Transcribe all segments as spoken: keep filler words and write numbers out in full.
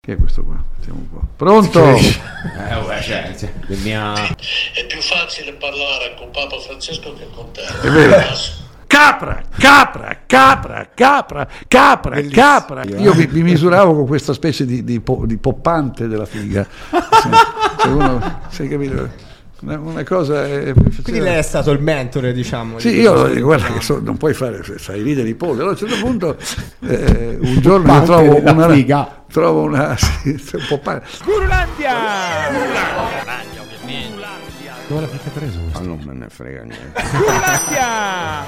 Che è questo qua? Sentiamo un po'. Pronto? Eh, cioè, cioè, mia... È più facile parlare con Papa Francesco che con te. È vero. Capra, capra, capra, capra, capra, bellissimo. Capra. Io mi, mi misuravo con questa specie di, di, po, di poppante della figa. Se uno, sai capito? Una, una cosa è, quindi lei è stato il mentore, diciamo. Sì, io guarda che so, non puoi fare, sai ridere i polli. Allora a un certo punto eh, un giorno io trovo una figa. Trovo una sì, un po' pan... Gurulandia! Gurulandia, ovviamente. Dove l'avete preso? Ma non me ne frega niente. Gurulandia!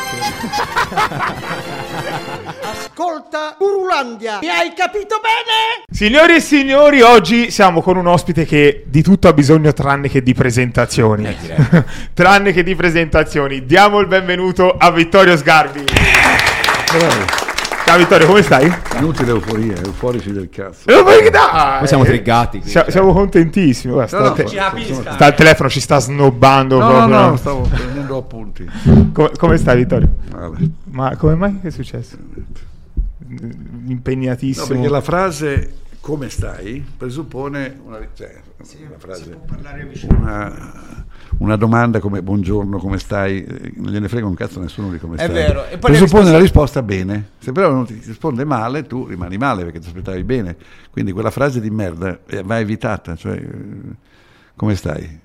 Ascolta Gurulandia, mi hai capito bene? Signori e signori, oggi siamo con un ospite che di tutto ha bisogno tranne che di presentazioni. Eh, tranne che di presentazioni. Diamo il benvenuto a Vittorio Sgarbi. Bravo. Ciao Vittorio, come stai? Inutile euforia, euforici del cazzo. Eh, ma che dai? Noi siamo triggati. Qui, Sia, siamo contentissimi. Guarda, no, sta, no, te- sono, sta al telefono, ci sta snobbando. No, proprio. no, no, stavo prendendo appunti. Come, come stai Vittorio? Vabbè. Ma come mai? Che è successo? Impegnatissimo. No, perché la frase come stai presuppone una, cioè, sì, una frase, una, una domanda come buongiorno, come stai, non gliene frega un cazzo nessuno di come è stai. Vero. E poi presuppone risposta... la risposta bene. Se però non ti risponde male, tu rimani male perché ti aspettavi bene. Quindi quella frase di merda va evitata. Cioè, come stai?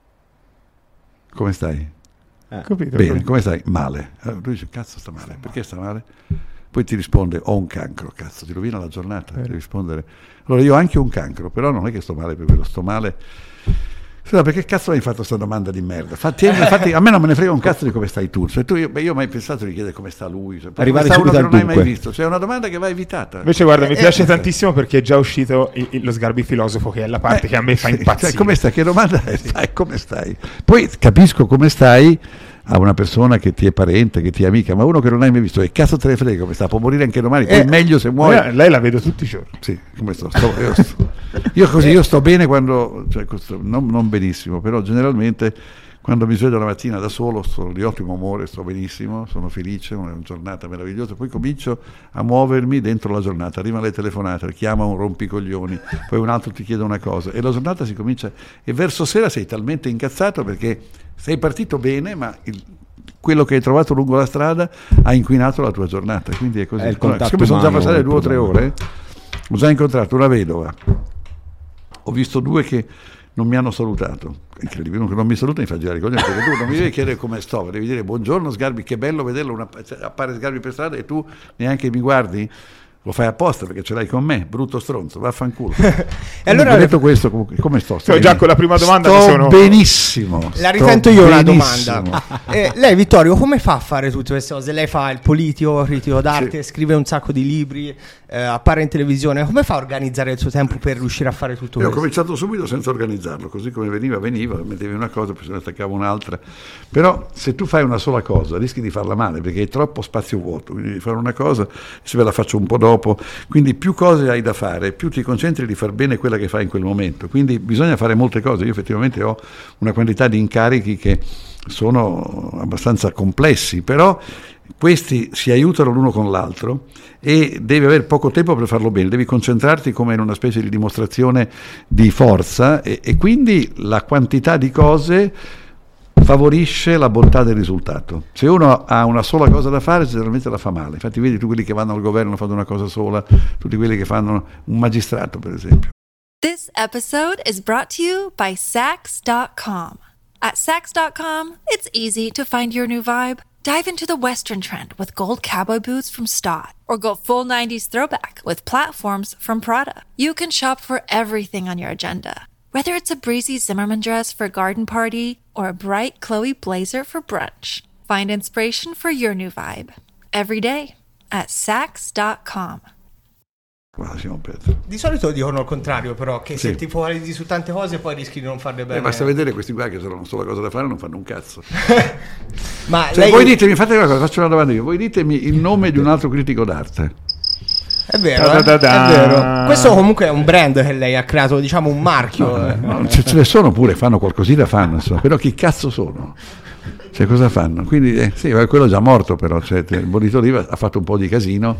Come stai? Eh. Capito, Bene, capito. come stai? Male. Allora, lui dice, cazzo sta male, perché sta male? Poi ti risponde, ho un cancro, cazzo, ti rovina la giornata, devi rispondere. Allora io ho anche un cancro, però non è che sto male per quello, sto male... Scusa, perché cazzo hai fatto questa domanda di merda? Infatti, infatti a me non me ne frega un cazzo di come stai tu, cioè, tu io, beh, io ho mai pensato di chiedere come sta lui, cioè, arrivare come sta uno subito che al non hai dunque. mai visto, cioè è una domanda che va evitata. Invece guarda, mi Eh, piace eh, tantissimo perché è già uscito il- il- lo Sgarbi filosofo, che è la parte Eh, che a me fa sì, impazzire. cioè, come stai? Che domanda è? Stai, come stai? Poi capisco come stai a una persona che ti è parente, che ti è amica, ma uno che non hai mai visto, che cazzo te ne frega come sta? Può morire anche domani, poi Eh, meglio se muore. Eh, lei la vedo tutti i giorni. Sì, come sto? Sto- io, sto- io così, io sto bene quando, cioè, questo- non, non benissimo, però generalmente quando mi sveglio la mattina da solo sono di ottimo umore, sto benissimo, sono felice, una giornata meravigliosa, poi comincio a muovermi dentro la giornata, arrivano le telefonate, chiama un rompicoglioni, poi un altro ti chiede una cosa e la giornata si comincia e verso sera sei talmente incazzato perché sei partito bene, ma il, quello che hai trovato lungo la strada ha inquinato la tua giornata, quindi è così. È il contatto Siccome sono già umano, passate il due o tre problema. ore, ho già incontrato una vedova, ho visto due che non mi hanno salutato, incredibile, uno che non mi saluta mi fa girare i coglioni, perché tu non mi devi chiedere come sto, devi dire buongiorno Sgarbi, che bello vederlo, una, appare Sgarbi per strada e tu neanche mi guardi? Lo fai apposta perché ce l'hai con me, brutto stronzo, vaffanculo. E allora ho detto questo, comunque, come sto? Sto Cioè, già con la prima domanda sto mi sono... benissimo. La sto risento io una benissimo. domanda. Eh, lei Vittorio come fa a fare tutte queste cose? Lei fa il politico, critico d'arte, Sì. scrive un sacco di libri, eh, appare in televisione. Come fa a organizzare il suo tempo per riuscire a fare tutto Io ho questo? cominciato subito senza organizzarlo, così come veniva, veniva, mettevi una cosa, poi se ne attaccava un'altra. Però se tu fai una sola cosa rischi di farla male perché è troppo spazio vuoto, quindi devi fare una cosa, se ve la faccio un po' dopo. Quindi più cose hai da fare, più ti concentri di far bene quella che fai in quel momento. Quindi bisogna fare molte cose. Io effettivamente ho una quantità di incarichi che sono abbastanza complessi, però questi si aiutano l'uno con l'altro e devi avere poco tempo per farlo bene, devi concentrarti come in una specie di dimostrazione di forza e, e quindi la quantità di cose favorisce la bontà del risultato. Se uno ha una sola cosa da fare generalmente la fa male, infatti vedi tu quelli che vanno al governo fanno una cosa sola, tutti quelli che fanno un magistrato per esempio. This episode is brought to you by Sax dot com. At Sax dot com, it's easy to find your new vibe. Dive into the Western trend with gold cowboy boots from Stott, or go full nineties throwback with platforms from Prada. You can shop for everything on your agenda, whether it's a breezy Zimmermann dress for a garden party or a bright Chloe blazer for brunch. Find inspiration for your new vibe every day at Sax dot com. Guarda, siamo Pietro. Di solito dicono il contrario, però, che Sì. se ti focalizzi su tante cose poi rischi di non farle bene. Eh, basta vedere questi qua che se non hanno una sola cosa da fare non fanno un cazzo. Ma Cioè, lei... voi ditemi, fate una cosa, faccio una domanda io, voi ditemi il nome di un altro critico d'arte. È vero, Da, eh? da, da, da. È vero. Questo comunque è un brand che lei ha creato, diciamo un marchio. eh. No, ce, ce ne sono pure, fanno qualcosina, fanno, insomma, però chi cazzo sono? Cioè, cosa fanno? Quindi, eh, sì, quello è già morto però, cioè, il Bonito Oliva ha fatto un po' di casino,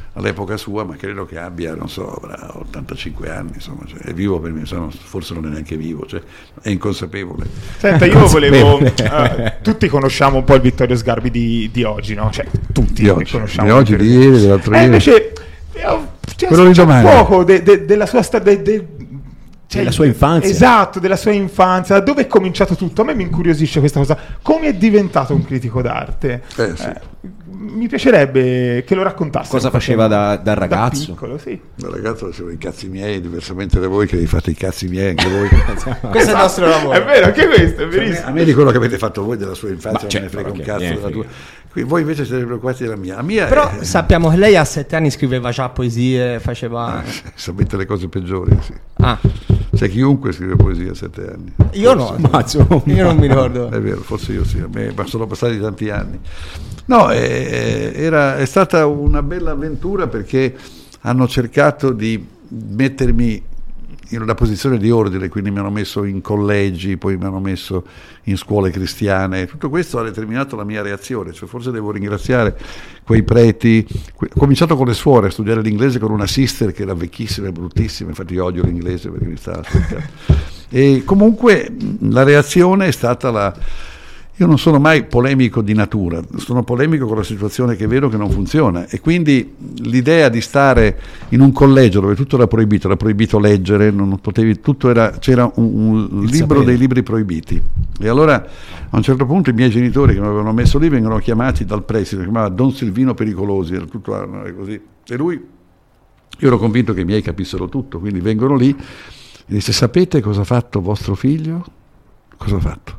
all'epoca sua, ma credo che abbia, non so, avrà ottantacinque anni, insomma, cioè, è vivo per me, insomma, forse non è neanche vivo, cioè, è inconsapevole. Senta, io volevo... Uh, tutti conosciamo un po' il Vittorio Sgarbi di, di oggi, no? Cioè, tutti Di oggi, conosciamo. di oggi, di ieri, dell'altro Eh, ieri. invece, eh, cioè, Quello di c'è domani. poco de, de, della sua storia... De, de, cioè, Della sua infanzia. Esatto, della sua infanzia. Da dove è cominciato tutto? A me mi incuriosisce questa cosa. Come è diventato un critico d'arte? Eh, sì. Eh, mi piacerebbe che lo raccontasse. Cosa faceva da, da ragazzo? Da piccolo, sì. Da ragazzo facevo i cazzi miei, diversamente da voi che vi fate i cazzi miei anche voi. Questo è il nostro lavoro. È vero, anche questo, è A verissimo. me, a me di quello che avete fatto voi della sua infanzia Ma non me ne certo, frega un ok, cazzo niente, della tua. frega. Qui voi invece siete preoccupati della mia. La mia Però è, sappiamo che lei a sette anni scriveva già poesie, faceva... sapete le cose peggiori, sì. Ah, C'è chiunque scrive poesia a sette anni. io no, Ma insomma. io non mi ricordo. È vero, forse io sì, a me, ma sono passati tanti anni. No, è, era, è stata una bella avventura perché hanno cercato di mettermi in una posizione di ordine, quindi mi hanno messo in collegi, poi mi hanno messo in scuole cristiane. Tutto questo ha determinato la mia reazione, cioè forse devo ringraziare quei preti. Que- ho cominciato con le suore a studiare l'inglese con una sister che era vecchissima e bruttissima, infatti io odio l'inglese perché mi stava aspettando. E comunque la reazione è stata la... Io non sono mai polemico di natura, sono polemico con la situazione che vedo che non funziona, e quindi l'idea di stare in un collegio dove tutto era proibito, era proibito leggere, non potevi, tutto era, c'era un, un libro sapere. dei libri proibiti, e allora a un certo punto i miei genitori che mi avevano messo lì vengono chiamati dal preside, si chiamava Don Silvino Pericolosi, era tutto era così, e lui, io ero convinto che i miei capissero tutto, quindi vengono lì e dice: sapete cosa ha fatto vostro figlio? Cosa ha fatto?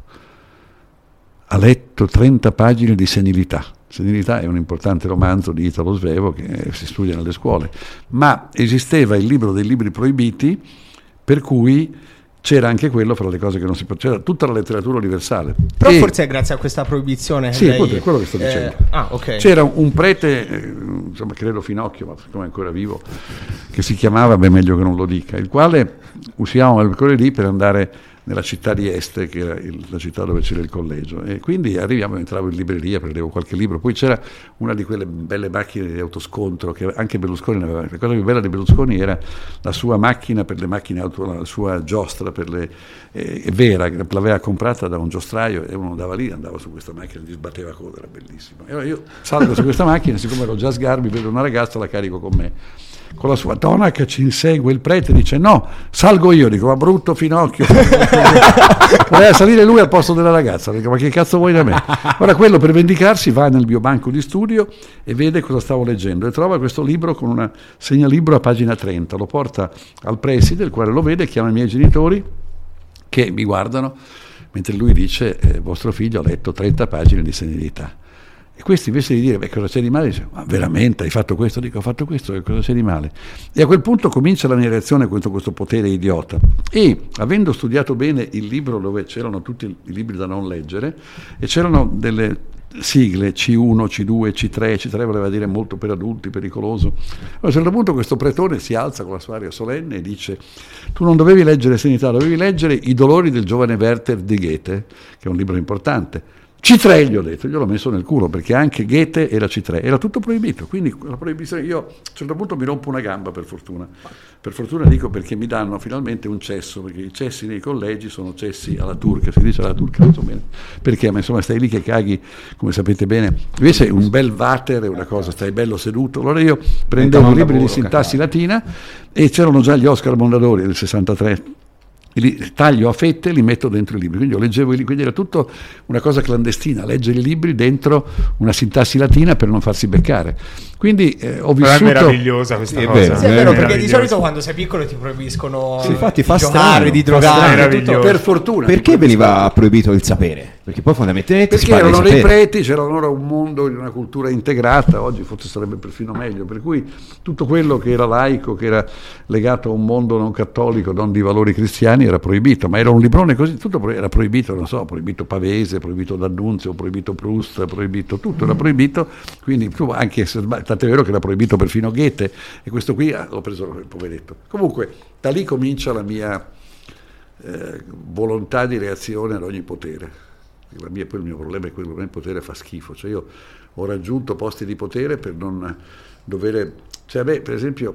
Ha letto trenta pagine di Senilità. Senilità è un importante romanzo di Italo Svevo che si studia nelle scuole, ma esisteva il libro dei libri proibiti, per cui c'era anche quello fra le cose che non si poteva, c'era tutta la letteratura universale. Però E- forse è grazie a questa proibizione. Sì, lei, appunto, è quello che sto dicendo. ah, ok. C'era un prete, eh, insomma credo Finocchio, ma siccome è ancora vivo, che si chiamava, beh meglio che non lo dica, il quale uscivamo mercoledì per andare nella città di Este, che era il- la città dove c'era il collegio, e quindi arriviamo, entravo in libreria, prendevo qualche libro, poi c'era una di quelle belle macchine di autoscontro che anche Berlusconi ne aveva. La cosa più bella di Berlusconi era la sua macchina per le macchine auto, la sua giostra per le eh, è vera, che l'aveva comprata da un giostraio, e uno andava lì, andava su questa macchina, gli sbatteva coda, era bellissimo. E allora io salgo su questa macchina, siccome ero già Sgarbi, vedo una ragazza, la carico con me, con la sua tonaca, ci insegue il prete, dice: no, salgo io. Dico: ma brutto Finocchio, voleva salire lui al posto della ragazza. Dico: ma che cazzo vuoi da me? Ora quello, per vendicarsi, va nel mio banco di studio e vede cosa stavo leggendo e trova questo libro con una segnalibro a pagina trenta, lo porta al preside, il quale lo vede, chiama i miei genitori che mi guardano mentre lui dice: eh, vostro figlio ha letto trenta pagine di Senilità. E questi, invece di dire: beh, cosa c'è di male, dice: ma veramente hai fatto questo? Dico: ho fatto questo, che cosa c'è di male? E a quel punto comincia la mia reazione contro questo potere idiota. E avendo studiato bene il libro dove c'erano tutti i libri da non leggere, e c'erano delle sigle C uno, C due, C tre, C tre voleva dire molto per adulti, pericoloso. A un certo punto questo pretone si alza con la sua aria solenne e dice: tu non dovevi leggere Senilità, dovevi leggere I dolori del giovane Werther di Goethe, che è un libro importante. C tre, gli ho detto, gliel'ho messo nel culo, perché anche Goethe era C tre, era tutto proibito, quindi la proibizione, io a un certo punto mi rompo una gamba, per fortuna, per fortuna dico, perché mi danno finalmente un cesso, perché i cessi nei collegi sono cessi alla turca, si dice alla turca, non so bene perché, ma insomma stai lì che caghi, come sapete bene, invece un bel water è una cosa, stai bello seduto. Allora io prendevo libri di sintassi latina e c'erano già gli Oscar Mondadori del sessantatré, e li taglio a fette e li metto dentro i libri, quindi io leggevo i libri, quindi era tutto una cosa clandestina, leggere i libri dentro una sintassi latina per non farsi beccare. Quindi eh, ho Però vissuto... è meravigliosa questa Sì, è cosa. vero. Sì, è vero, perché di meravigliosa. solito quando sei piccolo ti proibiscono Sì, infatti di fa giocare, strano, di fa drogare, strano. tutto. Meraviglioso. Per fortuna. Perché veniva proibito il sapere? Perché poi fondamentalmente si Perché parla erano di dei sapere. preti, c'era allora un mondo di una cultura integrata, oggi forse sarebbe perfino meglio, per cui tutto quello che era laico, che era legato a un mondo non cattolico, non di valori cristiani, era proibito, ma era un librone così, tutto pro- era proibito, non so, proibito Pavese, proibito D'Annunzio, proibito Proust, proibito tutto, era proibito, quindi tu, anche se sbagli, tant'è vero che era proibito perfino Goethe, e questo qui ah, l'ho preso il poveretto. Comunque da lì comincia la mia eh, volontà di reazione ad ogni potere. La mia, poi il mio problema è quello che il potere fa schifo, cioè io ho raggiunto posti di potere per non dover Cioè, beh, per esempio,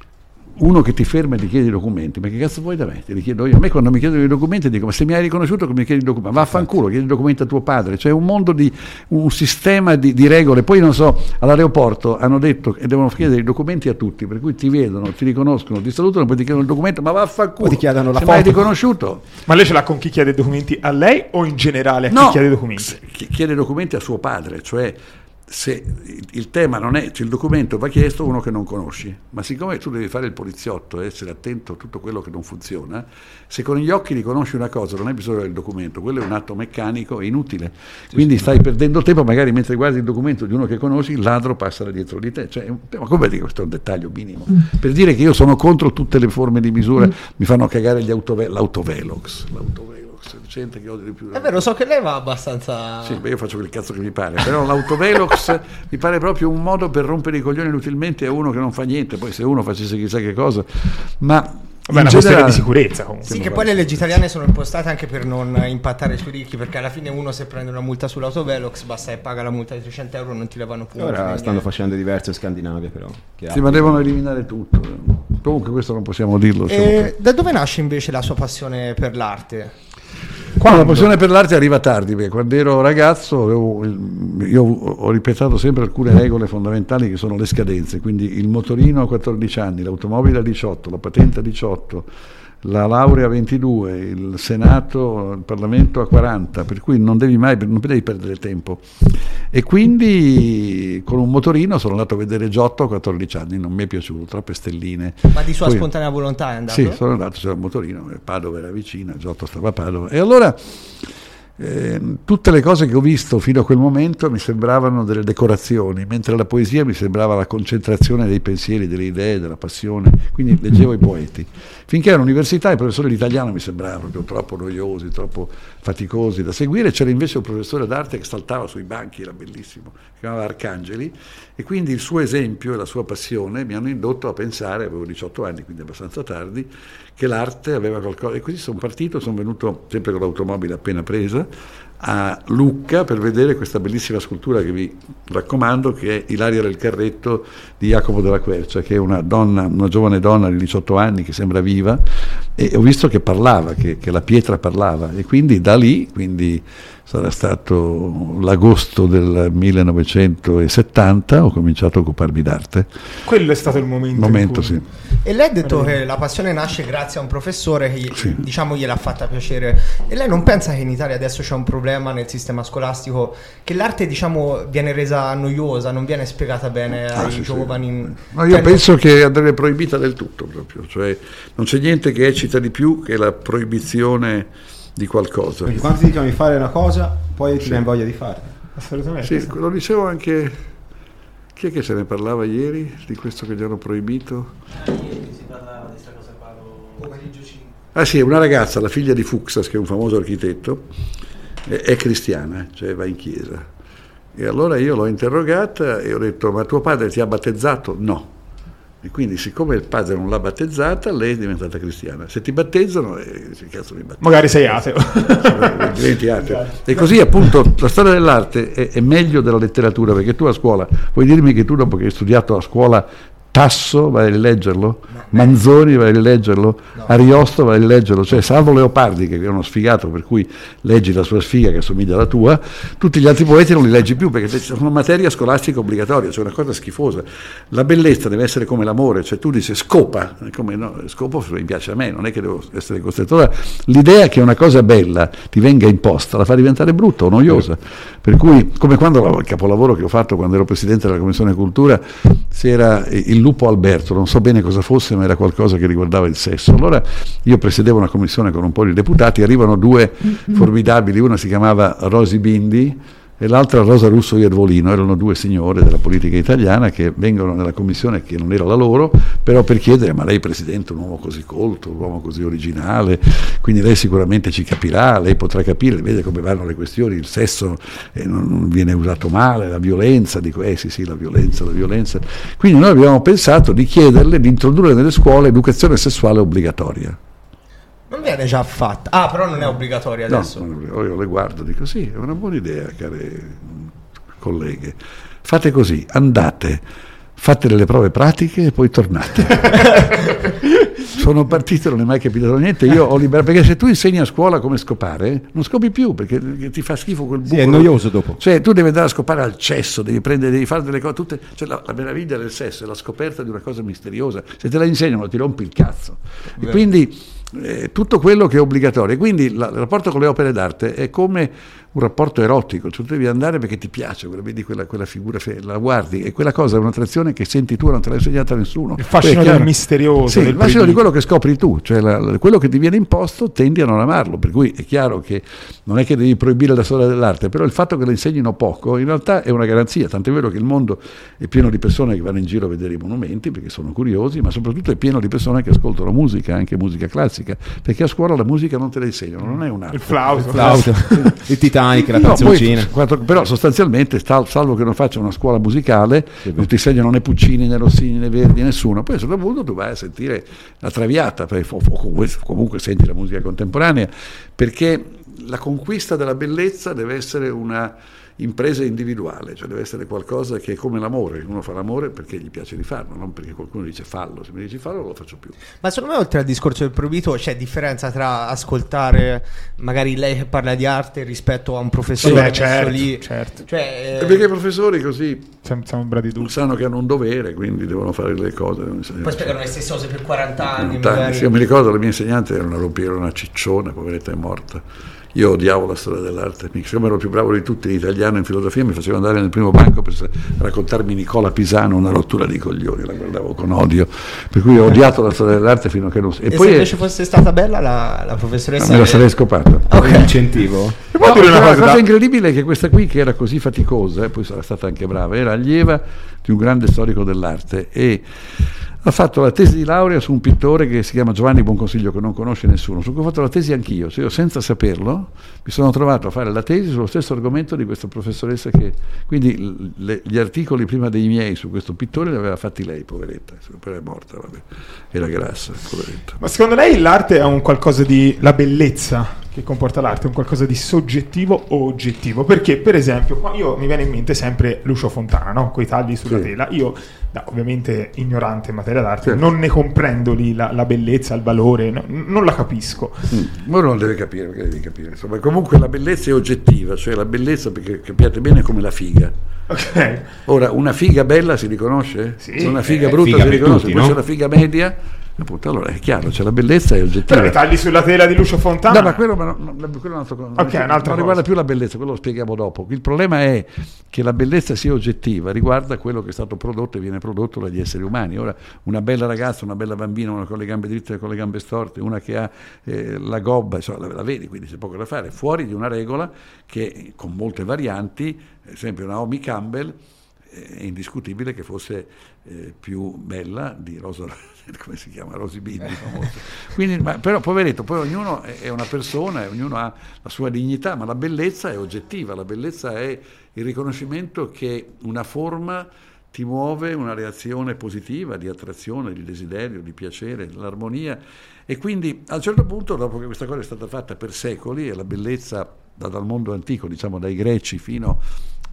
uno che ti ferma e ti chiede i documenti, ma che cazzo vuoi da me? Te li chiedo io. A me quando mi chiedono i documenti dico, ma se mi hai riconosciuto come mi chiedi i documenti? Ma vaffanculo, chiedi i documenti a tuo padre. Cioè un mondo di, un sistema di, di regole. Poi non so, all'aeroporto hanno detto che devono chiedere i documenti a tutti, per cui ti vedono, ti riconoscono, ti salutano, poi ti chiedono il documento, ma vaffanculo. Poi ti chiedono la se foto. mi hai riconosciuto? Ma lei ce l'ha con chi chiede i documenti a lei o in generale a chi No, chiede i documenti? chi chiede i documenti a suo padre, cioè se il tema non è, cioè il documento va chiesto a uno che non conosci, ma siccome tu devi fare il poliziotto e essere attento a tutto quello che non funziona, se con gli occhi riconosci una cosa non hai bisogno del documento, quello è un atto meccanico, è inutile, quindi stai perdendo tempo, magari mentre guardi il documento di uno che conosci il ladro passa da dietro di te, cioè, ma come dico, questo è un dettaglio minimo, per dire che io sono contro tutte le forme di misura, mm. mi fanno cagare gli autove- l'autovelox, l'autovelox. Gente che odia di più. È vero, so che lei va abbastanza. Sì, beh, io faccio quel cazzo che mi pare, però l'autovelox mi pare proprio un modo per rompere i coglioni inutilmente a uno che non fa niente. Poi se uno facesse chissà che cosa, ma Beh, è una questione di sicurezza comunque. Sì, che poi le leggi italiane sono impostate anche per non impattare sui ricchi, perché alla fine uno se prende una multa sull'autovelox basta che paga la multa di trecento euro, non ti levano più. Ora stanno facendo diverse in Scandinavia, però. Sì, ma devono eliminare tutto. Comunque questo non possiamo dirlo. E da dove nasce invece la sua passione per l'arte? Quando? La passione per l'arte arriva tardi, perché quando ero ragazzo avevo, io ho rispettato sempre alcune regole fondamentali che sono le scadenze, quindi il motorino a quattordici anni, l'automobile a diciotto, la patente a diciotto, la laurea a ventidue, il Senato, il Parlamento a quaranta, per cui non devi mai, non devi perdere tempo. E quindi con un motorino sono andato a vedere Giotto a quattordici anni, non mi è piaciuto, troppe stelline. Ma di sua Poi, spontanea volontà è andato? Sì, sono andato, c'era il motorino, Padova era vicina, Giotto stava a Padova. E allora eh, tutte le cose che ho visto fino a quel momento mi sembravano delle decorazioni, mentre la poesia mi sembrava la concentrazione dei pensieri, delle idee, della passione, quindi leggevo i poeti. Finché all'università i professori di italiano mi sembravano proprio troppo noiosi, troppo faticosi da seguire, c'era invece un professore d'arte che saltava sui banchi, era bellissimo, si chiamava Arcangeli, e quindi il suo esempio e la sua passione mi hanno indotto a pensare, avevo diciotto anni, quindi abbastanza tardi, che l'arte aveva qualcosa, e così sono partito, sono venuto sempre con l'automobile appena presa a Lucca per vedere questa bellissima scultura che vi raccomando, che è Ilaria del Carretto di Jacopo della Quercia, che è una donna, una giovane donna di diciotto anni che sembra viva, e ho visto che parlava, che, che la pietra parlava, e quindi da lì, quindi sarà stato l'agosto del millenovecentosettanta, ho cominciato a occuparmi d'arte. Quello è stato il momento. momento in cui... sì. E lei ha detto che la passione nasce grazie a un professore che Sì. diciamo gliel'ha fatta piacere. E lei non pensa che in Italia adesso c'è un problema nel sistema scolastico, che l'arte diciamo viene resa noiosa, non viene spiegata bene Ah, ai sì, giovani? sì. No, io Cioè, penso che andrebbe proibita del tutto proprio, cioè non c'è niente che eccita di più che la proibizione di qualcosa. Perché quando ti dicono di fare una cosa, poi ti Sì. viene voglia di farla. Assolutamente. Sì, lo dicevo anche, chi è che se ne parlava ieri di questo che gli hanno proibito? Ieri si parlava di questa cosa qua. Ah sì, una ragazza, la figlia di Fuxas, che è un famoso architetto, è, è cristiana, cioè va in chiesa. E allora io l'ho interrogata e ho detto, ma tuo padre ti ha battezzato? No. E quindi siccome il padre non l'ha battezzata, lei è diventata cristiana. Se ti battezzano, eh, che cazzo mi battezzano? Magari sei ateo. Diventi ateo. E così appunto la storia dell'arte è, è meglio della letteratura, perché tu a scuola, puoi dirmi che tu dopo che hai studiato a scuola Tasso vai a rileggerlo, Manzoni vai a rileggerlo, no. Ariosto vai a rileggerlo, cioè salvo Leopardi che è uno sfigato per cui leggi la sua sfiga che assomiglia alla tua, tutti gli altri poeti non li leggi più perché sono materia scolastica obbligatoria, cioè una cosa schifosa. La bellezza deve essere come l'amore, cioè tu dici scopa, come no, scopo mi piace a me, non è che devo essere costretto. Allora, l'idea che una cosa bella ti venga imposta la fa diventare brutta o noiosa, per cui come quando il capolavoro che ho fatto quando ero presidente della Commissione Cultura c'era il lupo Alberto, non so bene cosa fosse, ma era qualcosa che riguardava il sesso. Allora io presiedevo una commissione con un po' di deputati, arrivano due formidabili, una si chiamava Rosi Bindi e l'altra Rosa Russo Iervolino, erano due signore della politica italiana che vengono nella commissione che non era la loro, però per chiedere, ma lei Presidente è un uomo così colto, un uomo così originale, quindi lei sicuramente ci capirà, lei potrà capire, vede come vanno le questioni, il sesso eh, non viene usato male, la violenza, dico eh sì sì la violenza, la violenza, quindi noi abbiamo pensato di chiederle di introdurre nelle scuole educazione sessuale obbligatoria. Non viene già fatta. Ah, però non è obbligatoria adesso. No, io le guardo, dico sì, è una buona idea, care colleghe. Fate così, andate, fate delle prove pratiche e poi tornate. Sono partito, non è mai capitato niente. Io ho liberato, perché se tu insegni a scuola come scopare, non scopi più perché ti fa schifo quel buco. Sì, è noioso dopo. Cioè, tu devi andare a scopare al cesso, devi prendere, devi fare delle cose. Tutte, cioè, la, la meraviglia del sesso è la scoperta di una cosa misteriosa. Se te la insegnano, ti rompi il cazzo. E quindi eh, tutto quello che è obbligatorio. E quindi la, il rapporto con le opere d'arte è come un rapporto erotico, cioè tu devi andare perché ti piace, quella, vedi quella, quella figura, la guardi, e quella cosa è un'attrazione che senti tu, non te l'ha insegnata nessuno. Il fascino del misterioso, sì, del il fascino di quello che scopri tu, cioè la, la, quello che ti viene imposto tendi a non amarlo, per cui è chiaro che non è che devi proibire la storia dell'arte, però il fatto che la insegnino poco in realtà è una garanzia, tant'è vero che il mondo è pieno di persone che vanno in giro a vedere i monumenti perché sono curiosi, ma soprattutto è pieno di persone che ascoltano musica, anche musica classica, perché a scuola la musica non te la insegnano, non è un'arte. Il flauto, il, flauto. il Titanic, la No, canzoncina. poi, però sostanzialmente, salvo che non faccia una scuola musicale, non ti insegnano né Puccini né Rossini né Verdi, nessuno. Poi a un certo punto tu vai a sentire la Traviata, o comunque, comunque senti la musica contemporanea, perché la conquista della bellezza deve essere una impresa individuale, cioè deve essere qualcosa che è come l'amore, uno fa l'amore perché gli piace di farlo, non perché qualcuno dice fallo, se mi dici fallo non lo faccio più. Ma secondo me oltre al discorso del proibito c'è differenza tra ascoltare magari lei che parla di arte rispetto a un professore Beh, messo certo, lì, certo. Cioè, E perché i professori così siamo, siamo brati tutti. sanno che hanno un dovere, quindi devono fare le cose. Devono poi spiegano le stesse cose per quaranta anni, quaranta anni. magari. Sì, io mi ricordo la mia insegnante era una rompiera, una cicciona, poveretta, è morta. Io odiavo la storia dell'arte, siccome ero il più bravo di tutti in italiano in filosofia, mi faceva andare nel primo banco per raccontarmi Nicola Pisano, una rottura di coglioni, la guardavo con odio, per cui ho odiato la storia dell'arte fino a che non... E, e poi se invece è... fosse stata bella la, la professoressa... Me la sarei scopata. Okay. Un incentivo. E poi no, una cosa, cosa da... incredibile è che questa qui, che era così faticosa, e poi sarà stata anche brava, era allieva di un grande storico dell'arte e ha fatto la tesi di laurea su un pittore che si chiama Giovanni Bonconsiglio, che non conosce nessuno, su cui ho fatto la tesi anch'io, cioè io senza saperlo mi sono trovato a fare la tesi sullo stesso argomento di questa professoressa, che quindi le, gli articoli prima dei miei su questo pittore li aveva fatti lei, poveretta, poi è morta, vabbè, era grassa, poveretta. Ma secondo lei l'arte è un qualcosa di... la bellezza che comporta l'arte è un qualcosa di soggettivo o oggettivo? Perché per esempio io mi viene in mente sempre Lucio Fontana, no? Coi tagli sulla sì. tela, io no, ovviamente ignorante in materia d'arte, sì. non ne comprendo lì la, la bellezza, il valore, no, non la capisco. Mm. Ma non deve capire, perché devi capire, insomma, comunque la bellezza è oggettiva, cioè la bellezza, perché capiate bene, è come la figa. Okay. Ora, una figa bella si riconosce? Sì, una figa eh, brutta figa si riconosce, tutti, poi no? c'è la figa media. Appunto, allora è chiaro, cioè la bellezza è oggettiva. Però i tagli sulla tela di Lucio Fontana. No, ma quello, ma no, no, quello è un altro, non, okay, non, non riguarda più la bellezza, quello lo spieghiamo dopo. Il problema è che la bellezza sia oggettiva, riguarda quello che è stato prodotto e viene prodotto dagli esseri umani. Ora, una bella ragazza, una bella bambina, una con le gambe dritte e con le gambe storte, una che ha eh, la gobba, insomma, la, la vedi, quindi c'è poco da fare, fuori di una regola che con molte varianti, ad esempio Naomi Campbell, è indiscutibile che fosse eh, più bella di Rosa, come si chiama, Rosy Bindi, famosa. Quindi, ma, però poveretto, poi ognuno è una persona e ognuno ha la sua dignità, ma la bellezza è oggettiva, la bellezza è il riconoscimento che una forma ti muove una reazione positiva, di attrazione, di desiderio, di piacere, l'armonia, e quindi a un certo punto, dopo che questa cosa è stata fatta per secoli, e la bellezza da, dal mondo antico, diciamo dai greci fino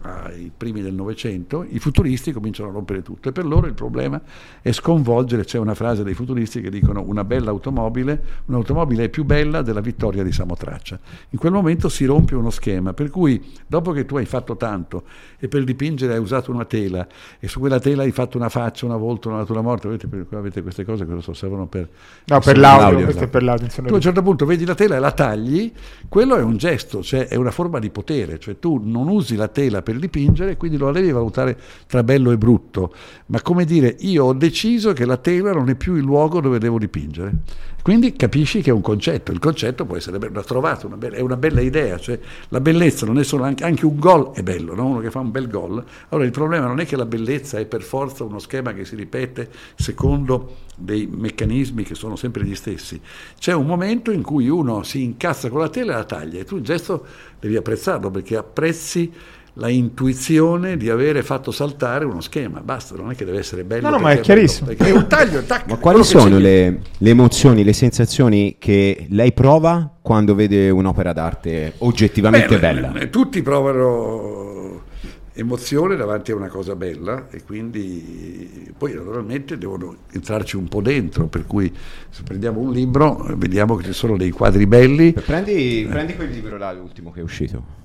ai primi del Novecento, i futuristi cominciano a rompere tutto, e per loro il problema è sconvolgere. C'è una frase dei futuristi che dicono: una bella automobile, un'automobile è più bella della vittoria di Samotracia. In quel momento si rompe uno schema, per cui dopo che tu hai fatto tanto e per dipingere hai usato una tela e su quella tela hai fatto una faccia, una volto, una natura morta, avete, avete queste cose che lo servono per no, per l'audio, questo è per l'audio. Tu a un certo punto vedi la tela e la tagli, quello è un gesto, cioè è una forma di potere, cioè tu non usi la tela per dipingere, quindi lo devi valutare tra bello e brutto, ma come dire, io ho deciso che la tela non è più il luogo dove devo dipingere, quindi capisci che è un concetto, il concetto può essere bello, l'ha trovato, una bella, è una bella idea, cioè la bellezza non è solo, anche, anche un gol è bello, no? Uno che fa un bel gol. Allora il problema non è che la bellezza è per forza uno schema che si ripete secondo dei meccanismi che sono sempre gli stessi, c'è un momento in cui uno si incazza con la tela e la taglia, e tu il gesto devi apprezzarlo, perché apprezzi la intuizione di avere fatto saltare uno schema, basta, non è che deve essere bello. No, no, ma è chiarissimo. Bello, è un taglio, tac, ma quali sono le, le emozioni, le sensazioni che lei prova quando vede un'opera d'arte oggettivamente Beh, bella? Tutti provano emozione davanti a una cosa bella, e quindi poi naturalmente devono entrarci un po' dentro, per cui se prendiamo un libro vediamo che ci sono dei quadri belli. Prendi, eh. prendi quel libro là, l'ultimo che è uscito.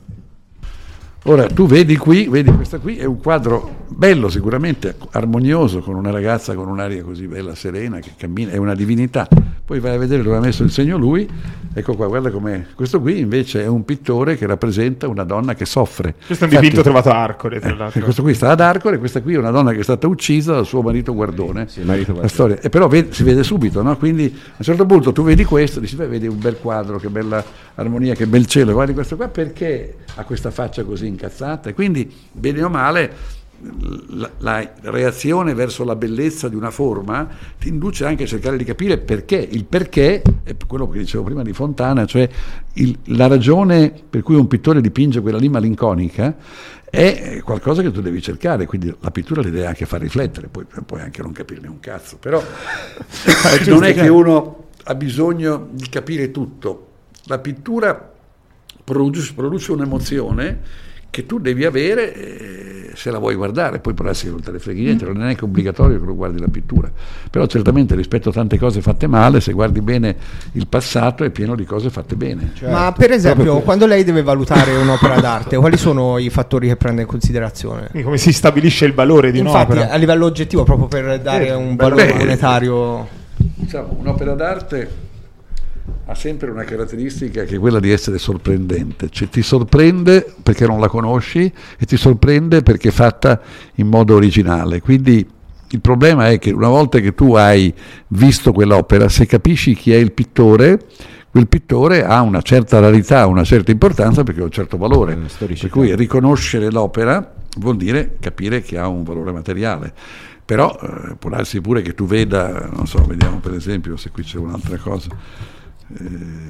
Ora tu vedi qui, vedi questa qui, è un quadro bello, sicuramente armonioso, con una ragazza con un'aria così bella, serena, che cammina, è una divinità. Poi vai a vedere dove ha messo il segno lui, ecco qua, guarda com'è. Questo qui invece è un pittore che rappresenta una donna che soffre. Questo è un dipinto trovato a Arcore, tra l'altro. Eh, questo qui sta ad Arcore, questa qui è una donna che è stata uccisa dal suo marito Guardone. Sì, marito Guardone. La storia. E però vedi, si vede subito, no? Quindi a un certo punto tu vedi questo, dici, beh, vedi un bel quadro, che bella armonia, che bel cielo, guardi questo qua, perché ha questa faccia così incazzata? E quindi, bene o male, La, la reazione verso la bellezza di una forma ti induce anche a cercare di capire perché. Il perché è quello che dicevo prima di Fontana, cioè il, la ragione per cui un pittore dipinge quella lì malinconica è qualcosa che tu devi cercare, quindi la pittura ti deve anche far riflettere, poi puoi anche non capirne un cazzo, però non è che uno ha bisogno di capire tutto. La pittura produce, produce un'emozione che tu devi avere eh, se la vuoi guardare, poi può essere che non te ne freghi niente, non è neanche obbligatorio che lo guardi la pittura, però certamente rispetto a tante cose fatte male, se guardi bene il passato è pieno di cose fatte bene. Certo. Ma per esempio quando lei deve valutare un'opera d'arte, quali sono i fattori che prende in considerazione? Quindi come si stabilisce il valore di Infatti, un'opera? A livello oggettivo, proprio per dare eh, un valore beh, monetario. Diciamo, un'opera d'arte ha sempre una caratteristica che è quella di essere sorprendente, cioè ti sorprende perché non la conosci e ti sorprende perché è fatta in modo originale. Quindi il problema è che una volta che tu hai visto quell'opera, se capisci chi è il pittore, quel pittore ha una certa rarità, una certa importanza perché ha un certo valore, per cui riconoscere l'opera vuol dire capire che ha un valore materiale. Però eh, può darsi pure che tu veda, non so, vediamo per esempio se qui c'è un'altra cosa, Eh,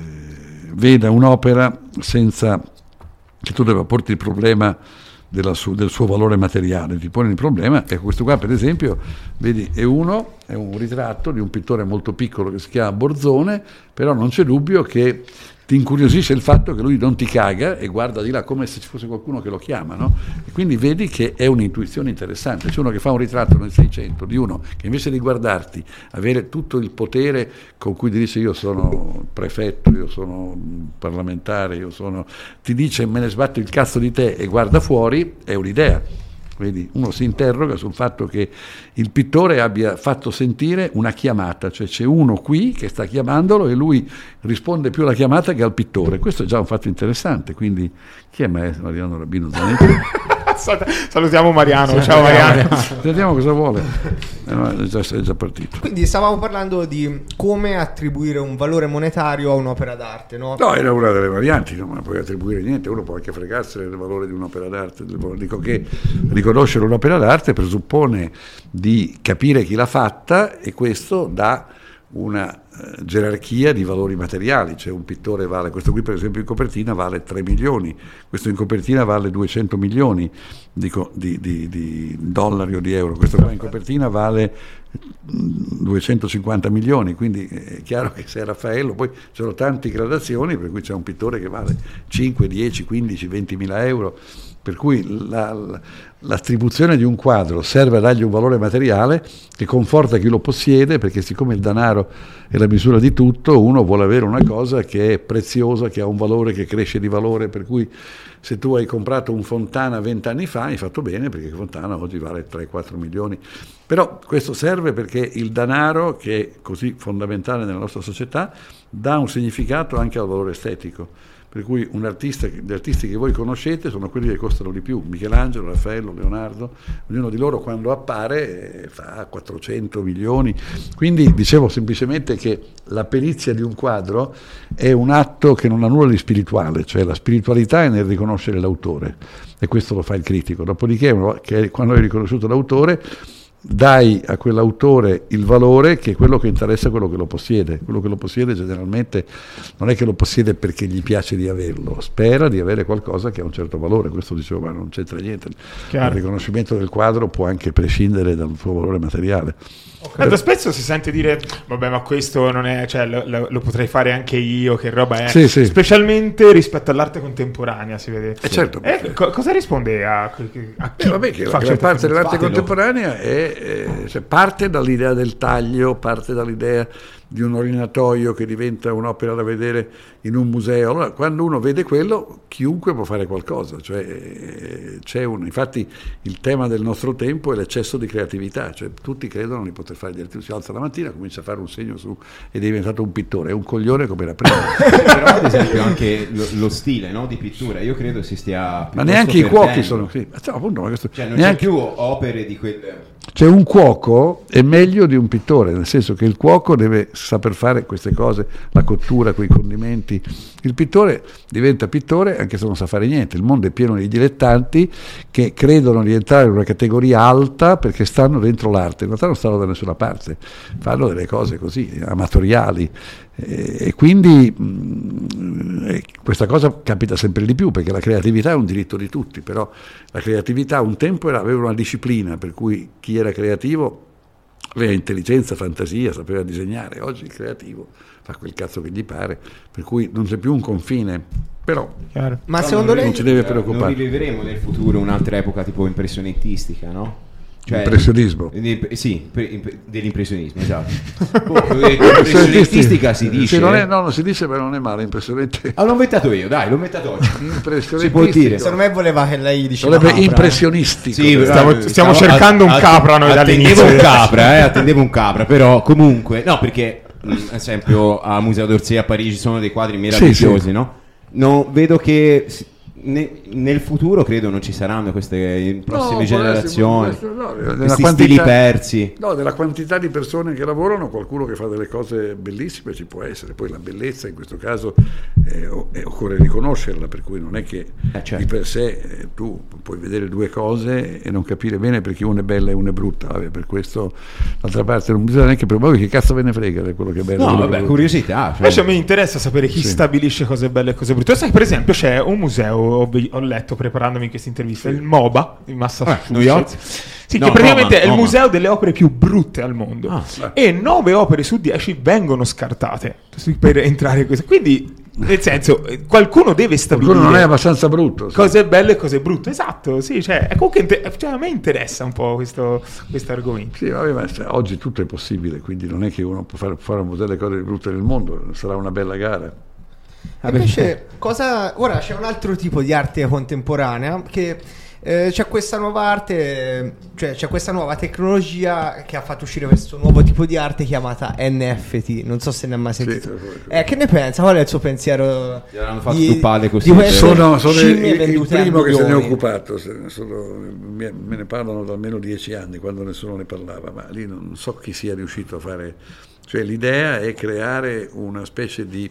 veda un'opera senza che tu debba porti il problema della su, del suo valore materiale, ti pone il problema. Ecco, questo qua per esempio, vedi, è uno, è un ritratto di un pittore molto piccolo che si chiama Borzone, però non c'è dubbio che ti incuriosisce il fatto che lui non ti caga e guarda di là come se ci fosse qualcuno che lo chiama, no? E quindi vedi che è un'intuizione interessante. C'è uno che fa un ritratto nel Seicento di uno che invece di guardarti, avere tutto il potere con cui ti dice io sono prefetto, io sono parlamentare, io sono, ti dice me ne sbatto il cazzo di te e guarda fuori, è un'idea. Vedi, uno si interroga sul fatto che il pittore abbia fatto sentire una chiamata, cioè c'è uno qui che sta chiamandolo e lui risponde più alla chiamata che al pittore. Questo è già un fatto interessante. Quindi chi è maestro Mariano Rabino Zanetti? Salutiamo Mariano, ciao, ciao Mariano. Sentiamo cosa vuole. Eh, no, è, già, è già partito. Quindi stavamo parlando di come attribuire un valore monetario a un'opera d'arte, no? No, era una delle varianti, non puoi attribuire niente, uno può anche fregarsi del valore di un'opera d'arte. Dico che riconoscere un'opera d'arte presuppone di capire chi l'ha fatta e questo dà una eh, gerarchia di valori materiali, cioè un pittore vale, questo qui per esempio in copertina vale tre milioni, questo in copertina vale duecento milioni dico, di, di, di dollari o di euro, questo qua in copertina vale duecentocinquanta milioni, quindi è chiaro che se è Raffaello, poi ci sono tante gradazioni, per cui c'è un pittore che vale cinque, dieci, quindici, venti mila euro, per cui la, la, l'attribuzione di un quadro serve a dargli un valore materiale che conforta chi lo possiede, perché siccome il denaro è la misura di tutto, uno vuole avere una cosa che è preziosa, che ha un valore, che cresce di valore, per cui se tu hai comprato un Fontana vent'anni fa hai fatto bene, perché Fontana oggi vale tre quattro milioni, però questo serve perché il denaro, che è così fondamentale nella nostra società, dà un significato anche al valore estetico. Per cui un artista, gli artisti che voi conoscete sono quelli che costano di più, Michelangelo, Raffaello, Leonardo, ognuno di loro quando appare eh, fa quattrocento milioni, quindi dicevo semplicemente che la perizia di un quadro è un atto che non ha nulla di spirituale, cioè la spiritualità è nel riconoscere l'autore e questo lo fa il critico, dopodiché che quando hai riconosciuto l'autore dai a quell'autore il valore che è quello che interessa a quello che lo possiede. Quello che lo possiede generalmente non è che lo possiede perché gli piace di averlo, spera di avere qualcosa che ha un certo valore. Questo dicevo, ma non c'entra niente. Chiaro. Il riconoscimento del quadro può anche prescindere dal suo valore materiale. Okay. Da spesso si sente dire vabbè, ma questo non è, cioè lo, lo, lo potrei fare anche io, che roba è, sì, sì. specialmente rispetto all'arte contemporanea, si vede. Eh, certo. Eh, co- cosa risponde a, a chi eh, vabbè, che la gran parte dell'arte contemporanea è, è, cioè, parte dall'idea del taglio, parte dall'idea di un ordinatoio che diventa un'opera da vedere in un museo. Allora, quando uno vede quello, chiunque può fare qualcosa. Cioè, c'è un, infatti il tema del nostro tempo è l'eccesso di creatività, cioè tutti credono di poter fare, si alza la mattina, comincia a fare un segno su ed è diventato un pittore, è un coglione come era prima. Però ad esempio anche lo, lo stile, no, di pittura, io credo si stia ma neanche i cuochi sono sì. Cioè, appunto, ma questo, cioè non neanche... c'è più opere di quelle. Cioè un cuoco è meglio di un pittore, nel senso che il cuoco deve saper fare queste cose, la cottura, quei condimenti. Il pittore diventa pittore anche se non sa fare niente. Il mondo è pieno di dilettanti che credono di entrare in una categoria alta perché stanno dentro l'arte, in realtà non stanno da nessuna parte, fanno delle cose così, amatoriali. E quindi mh, questa cosa capita sempre di più, perché la creatività è un diritto di tutti, però la creatività un tempo era, aveva una disciplina per cui chi era creativo aveva intelligenza, fantasia, sapeva disegnare. Oggi il creativo fa quel cazzo che gli pare, per cui non c'è più un confine. Però ma però secondo lei non ci deve preoccupare. Non rivivremo nel futuro un'altra epoca tipo impressionistica, no? Cioè, impressionismo sì, dell'impressionismo, esatto. Impressionistica si dice, sì, non è, no, non si dice, ma non è male. Impressionante. Ah, l'ho inventato io, dai, l'ho inventato oggi. Si può dire. Secondo me voleva che lei diceva capra, impressionistico. Sì, stiamo, stiamo stavo, cercando a, un capra noi dall'inizio. Attendevo un capra, eh, attendevo un capra, però comunque no, perché ad esempio a Museo d'Orsay a Parigi ci sono dei quadri meravigliosi, sì, sì. no? No, vedo che Ne, nel futuro credo non ci saranno queste prossime no, generazioni, essere, no, questi quantità, stili persi. No, della quantità di persone che lavorano, qualcuno che fa delle cose bellissime ci può essere. Poi la bellezza in questo caso eh, eh, occorre riconoscerla, per cui non è che eh, certo. di per sé eh, tu puoi vedere due cose e non capire bene perché una è bella e una è brutta. Vabbè, per questo d'altra parte non bisogna neanche preoccupare, che cazzo ve ne frega di quello che è bello. No, vabbè, curiosità. Cioè. Invece a me interessa sapere chi sì. stabilisce cose belle e cose brutte. Sai, per esempio, c'è un museo, ho letto preparandomi in questa intervista, sì. il MoBA in Massachusetts, eh, New York. Sì, no, che praticamente Roma, è il Roma. museo delle opere più brutte al mondo. Ah, e nove opere su dieci vengono scartate per entrare in questo. Quindi, nel senso, qualcuno deve stabilire. Qualcuno non è abbastanza brutto. Sì. Cose belle e cose brutte. Esatto, sì, cioè, è comunque inter- cioè, a me interessa un po' questo argomento. Sì, vabbè, ma oggi tutto è possibile, quindi non è che uno può fare, fare un museo delle cose brutte del mondo, sarà una bella gara. Invece, cosa, ora c'è un altro tipo di arte contemporanea che eh, c'è questa nuova arte, cioè c'è questa nuova tecnologia che ha fatto uscire questo nuovo tipo di arte chiamata N F T. Non so se ne ha mai sentito. Sì, eh, che ne pensa? Qual è il suo pensiero? Gli hanno fatto stupare così. Di sono sono il, il primo che se ne è occupato. Sono, me ne parlano da almeno dieci anni, quando nessuno ne parlava, ma lì non so chi sia riuscito a fare. Cioè l'idea è creare una specie di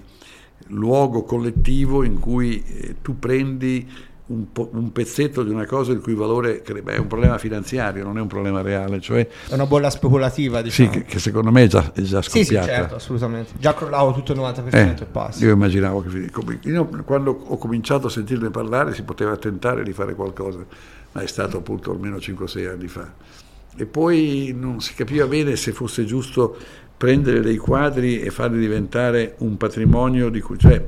luogo collettivo in cui eh, tu prendi un, po- un pezzetto di una cosa il cui valore beh, è un problema finanziario, non è un problema reale, cioè è una bolla speculativa, diciamo. Sì, che, che secondo me è già, è già scoppiata. Sì, sì, certo, assolutamente. Già crollavo tutto il novanta per cento eh, e passa. Io immaginavo che io, quando ho cominciato a sentirne parlare si poteva tentare di fare qualcosa, ma è stato appunto almeno cinque sei anni fa. E poi non si capiva bene se fosse giusto prendere dei quadri e farli diventare un patrimonio di cui, cioè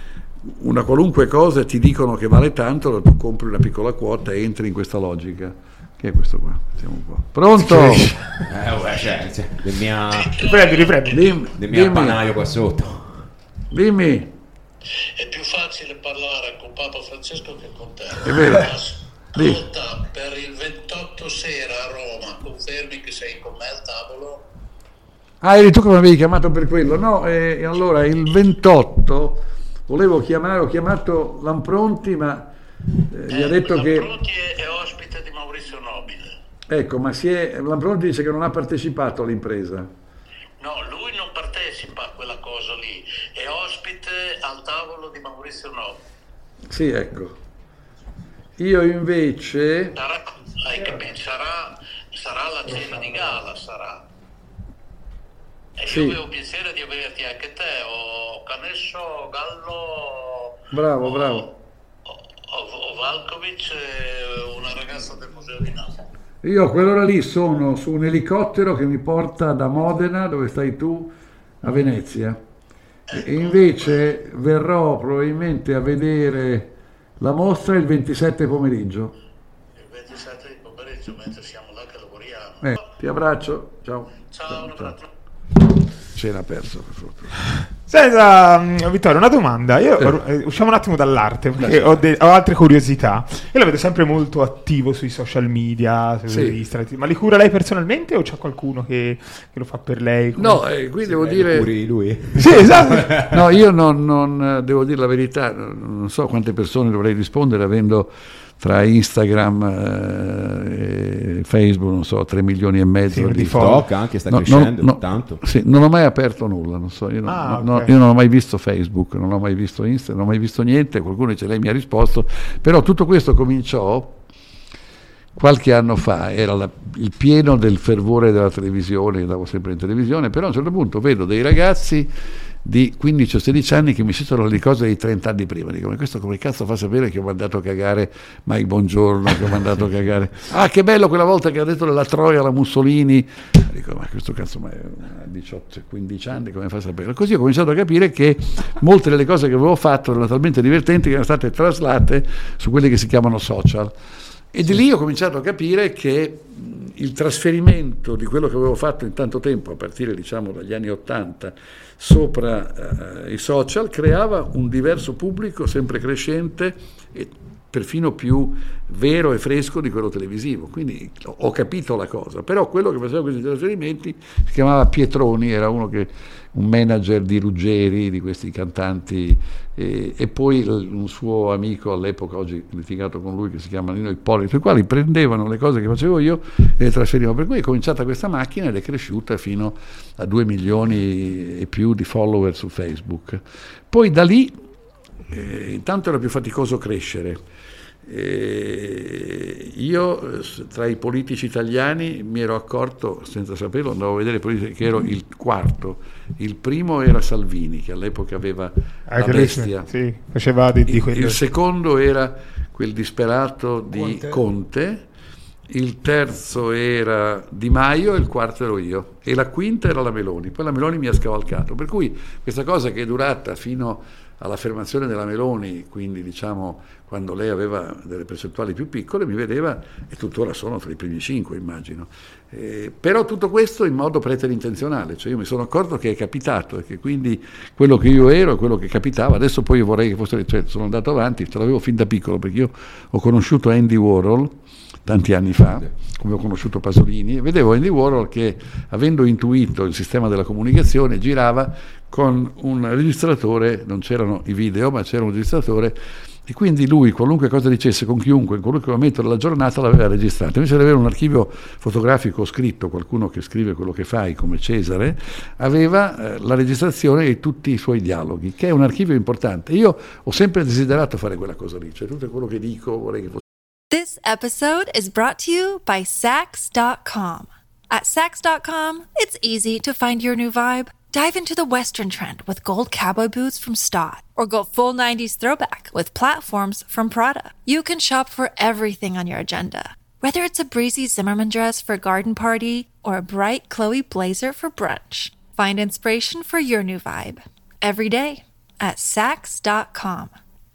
una qualunque cosa ti dicono che vale tanto, allora tu compri una piccola quota e entri in questa logica. Che è questo qua? Vediamo un po'. Pronto? Eh, vabbè, cioè, cioè, del mia... Riprendi, riprendi. Dim, del mio panaio qua sotto. Dimmi. È più facile parlare con Papa Francesco che con te. È vero. Ascolta, per il ventotto sera a Roma, confermi che sei con me al tavolo? Ah, eri tu che mi avevi chiamato per quello? No, e eh, allora il ventotto volevo chiamare, ho chiamato Lampronti, ma eh, gli ha detto Lampronti che... Lampronti è, è ospite di Maurizio Nobile. Ecco, ma si è... Lampronti dice che non ha partecipato all'impresa. No, lui non partecipa a quella cosa lì, è ospite al tavolo di Maurizio Nobile. Sì, ecco. Io invece... Sarà, hai capito, sarà, sarà la cena di gala sarà. E Sì. io avevo piacere di averti anche te, o Canesso, Gallo, Bravo, o, bravo. o, o Valkovic, e una ragazza del Museo di Napoli. Io a quell'ora lì sono su un elicottero che mi porta da Modena, dove stai tu, a Venezia. E invece verrò probabilmente a vedere la mostra il ventisette pomeriggio. Il ventisette di pomeriggio, mentre siamo là che lavoriamo. Eh, ti abbraccio, ciao. Ciao, un abbraccio. Cena perso, per fortuna. Senta, um, Vittorio, una domanda. Io eh, usciamo un attimo dall'arte perché ho, de- ho altre curiosità. Io la vedo sempre molto attivo sui social media, sui Sì. registri. Ma li cura lei personalmente o c'è qualcuno che, che lo fa per lei? Come- No, eh, qui devo dire... Pure lui. Sì, esatto. No, io non, non devo dire la verità, non so quante persone dovrei rispondere avendo tra Instagram e Facebook, non so, tre milioni e mezzo Sì, di di TikTok anche sta No, crescendo no, no, tanto. sì, non ho mai aperto nulla, non so, io, non, Ah, no, ok. io non ho mai visto Facebook, non ho mai visto Instagram, non ho mai visto niente, qualcuno dice lei mi ha risposto, però tutto questo cominciò qualche anno fa, era la- il pieno del fervore della televisione, andavo sempre in televisione, però a un certo punto vedo dei ragazzi di quindici o sedici anni che mi citano le cose di trenta anni prima, dico ma questo come cazzo fa sapere che ho mandato a cagare Mike Bongiorno, che ho mandato a cagare, ah che bello quella volta che ha detto della Troia alla Mussolini, dico ma questo cazzo ma è a diciotto quindici anni come fa a sapere? Così ho cominciato a capire che molte delle cose che avevo fatto erano talmente divertenti che erano state traslate su quelli che si chiamano social. E di lì ho cominciato a capire che mh, il trasferimento di quello che avevo fatto in tanto tempo, a partire diciamo dagli anni Ottanta, sopra eh, i social, creava un diverso pubblico sempre crescente e perfino più vero e fresco di quello televisivo. Quindi ho, ho capito la cosa, però quello che faceva questi trasferimenti si chiamava Pietroni, era uno che un manager di Ruggeri, di questi cantanti, e, e poi l- un suo amico all'epoca, oggi litigato con lui, che si chiama Nino Ippolito, i quali prendevano le cose che facevo io e le trasferivano. Per cui è cominciata questa macchina ed è cresciuta fino a due milioni e più di follower su Facebook. Poi da lì, eh, intanto era più faticoso crescere. E io tra i politici italiani mi ero accorto, senza saperlo, andavo a vedere i politici, che ero il quarto. Il primo era Salvini, che all'epoca aveva Ah, la che lei- bestia. sì, faceva di, di Il, quello. il secondo era quel disperato di Conte. Conte. Il terzo era Di Maio e il quarto ero io e la quinta era la Meloni. Poi la Meloni mi ha scavalcato, per cui questa cosa che è durata fino all'affermazione della Meloni, quindi diciamo quando lei aveva delle percentuali più piccole, mi vedeva, e tuttora sono tra i primi cinque immagino, eh, però tutto questo in modo preterintenzionale, cioè io mi sono accorto che è capitato e che quindi quello che io ero è quello che capitava. Adesso poi io vorrei che fosse, cioè sono andato avanti, ce l'avevo fin da piccolo, perché io ho conosciuto Andy Warhol tanti anni fa, come ho conosciuto Pasolini, e vedevo Andy Warhol che, avendo intuito il sistema della comunicazione, girava con un registratore, non c'erano i video, ma c'era un registratore, e quindi lui, qualunque cosa dicesse con chiunque, in qualunque momento della giornata, l'aveva registrato. Invece di avere un archivio fotografico scritto, qualcuno che scrive quello che fai, come Cesare, aveva eh, la registrazione di tutti i suoi dialoghi, che è un archivio importante. Io ho sempre desiderato fare quella cosa lì, cioè tutto quello che dico vorrei che fosse. This episode is brought to you by Sax dot com. At Sax dot com, it's easy to find your new vibe. Dive into the Western trend with gold cowboy boots from Stott, or go full nineties throwback with platforms from Prada. You can shop for everything on your agenda, whether it's a breezy Zimmermann dress for a garden party or a bright Chloe blazer for brunch. Find inspiration for your new vibe every day at Sax dot com.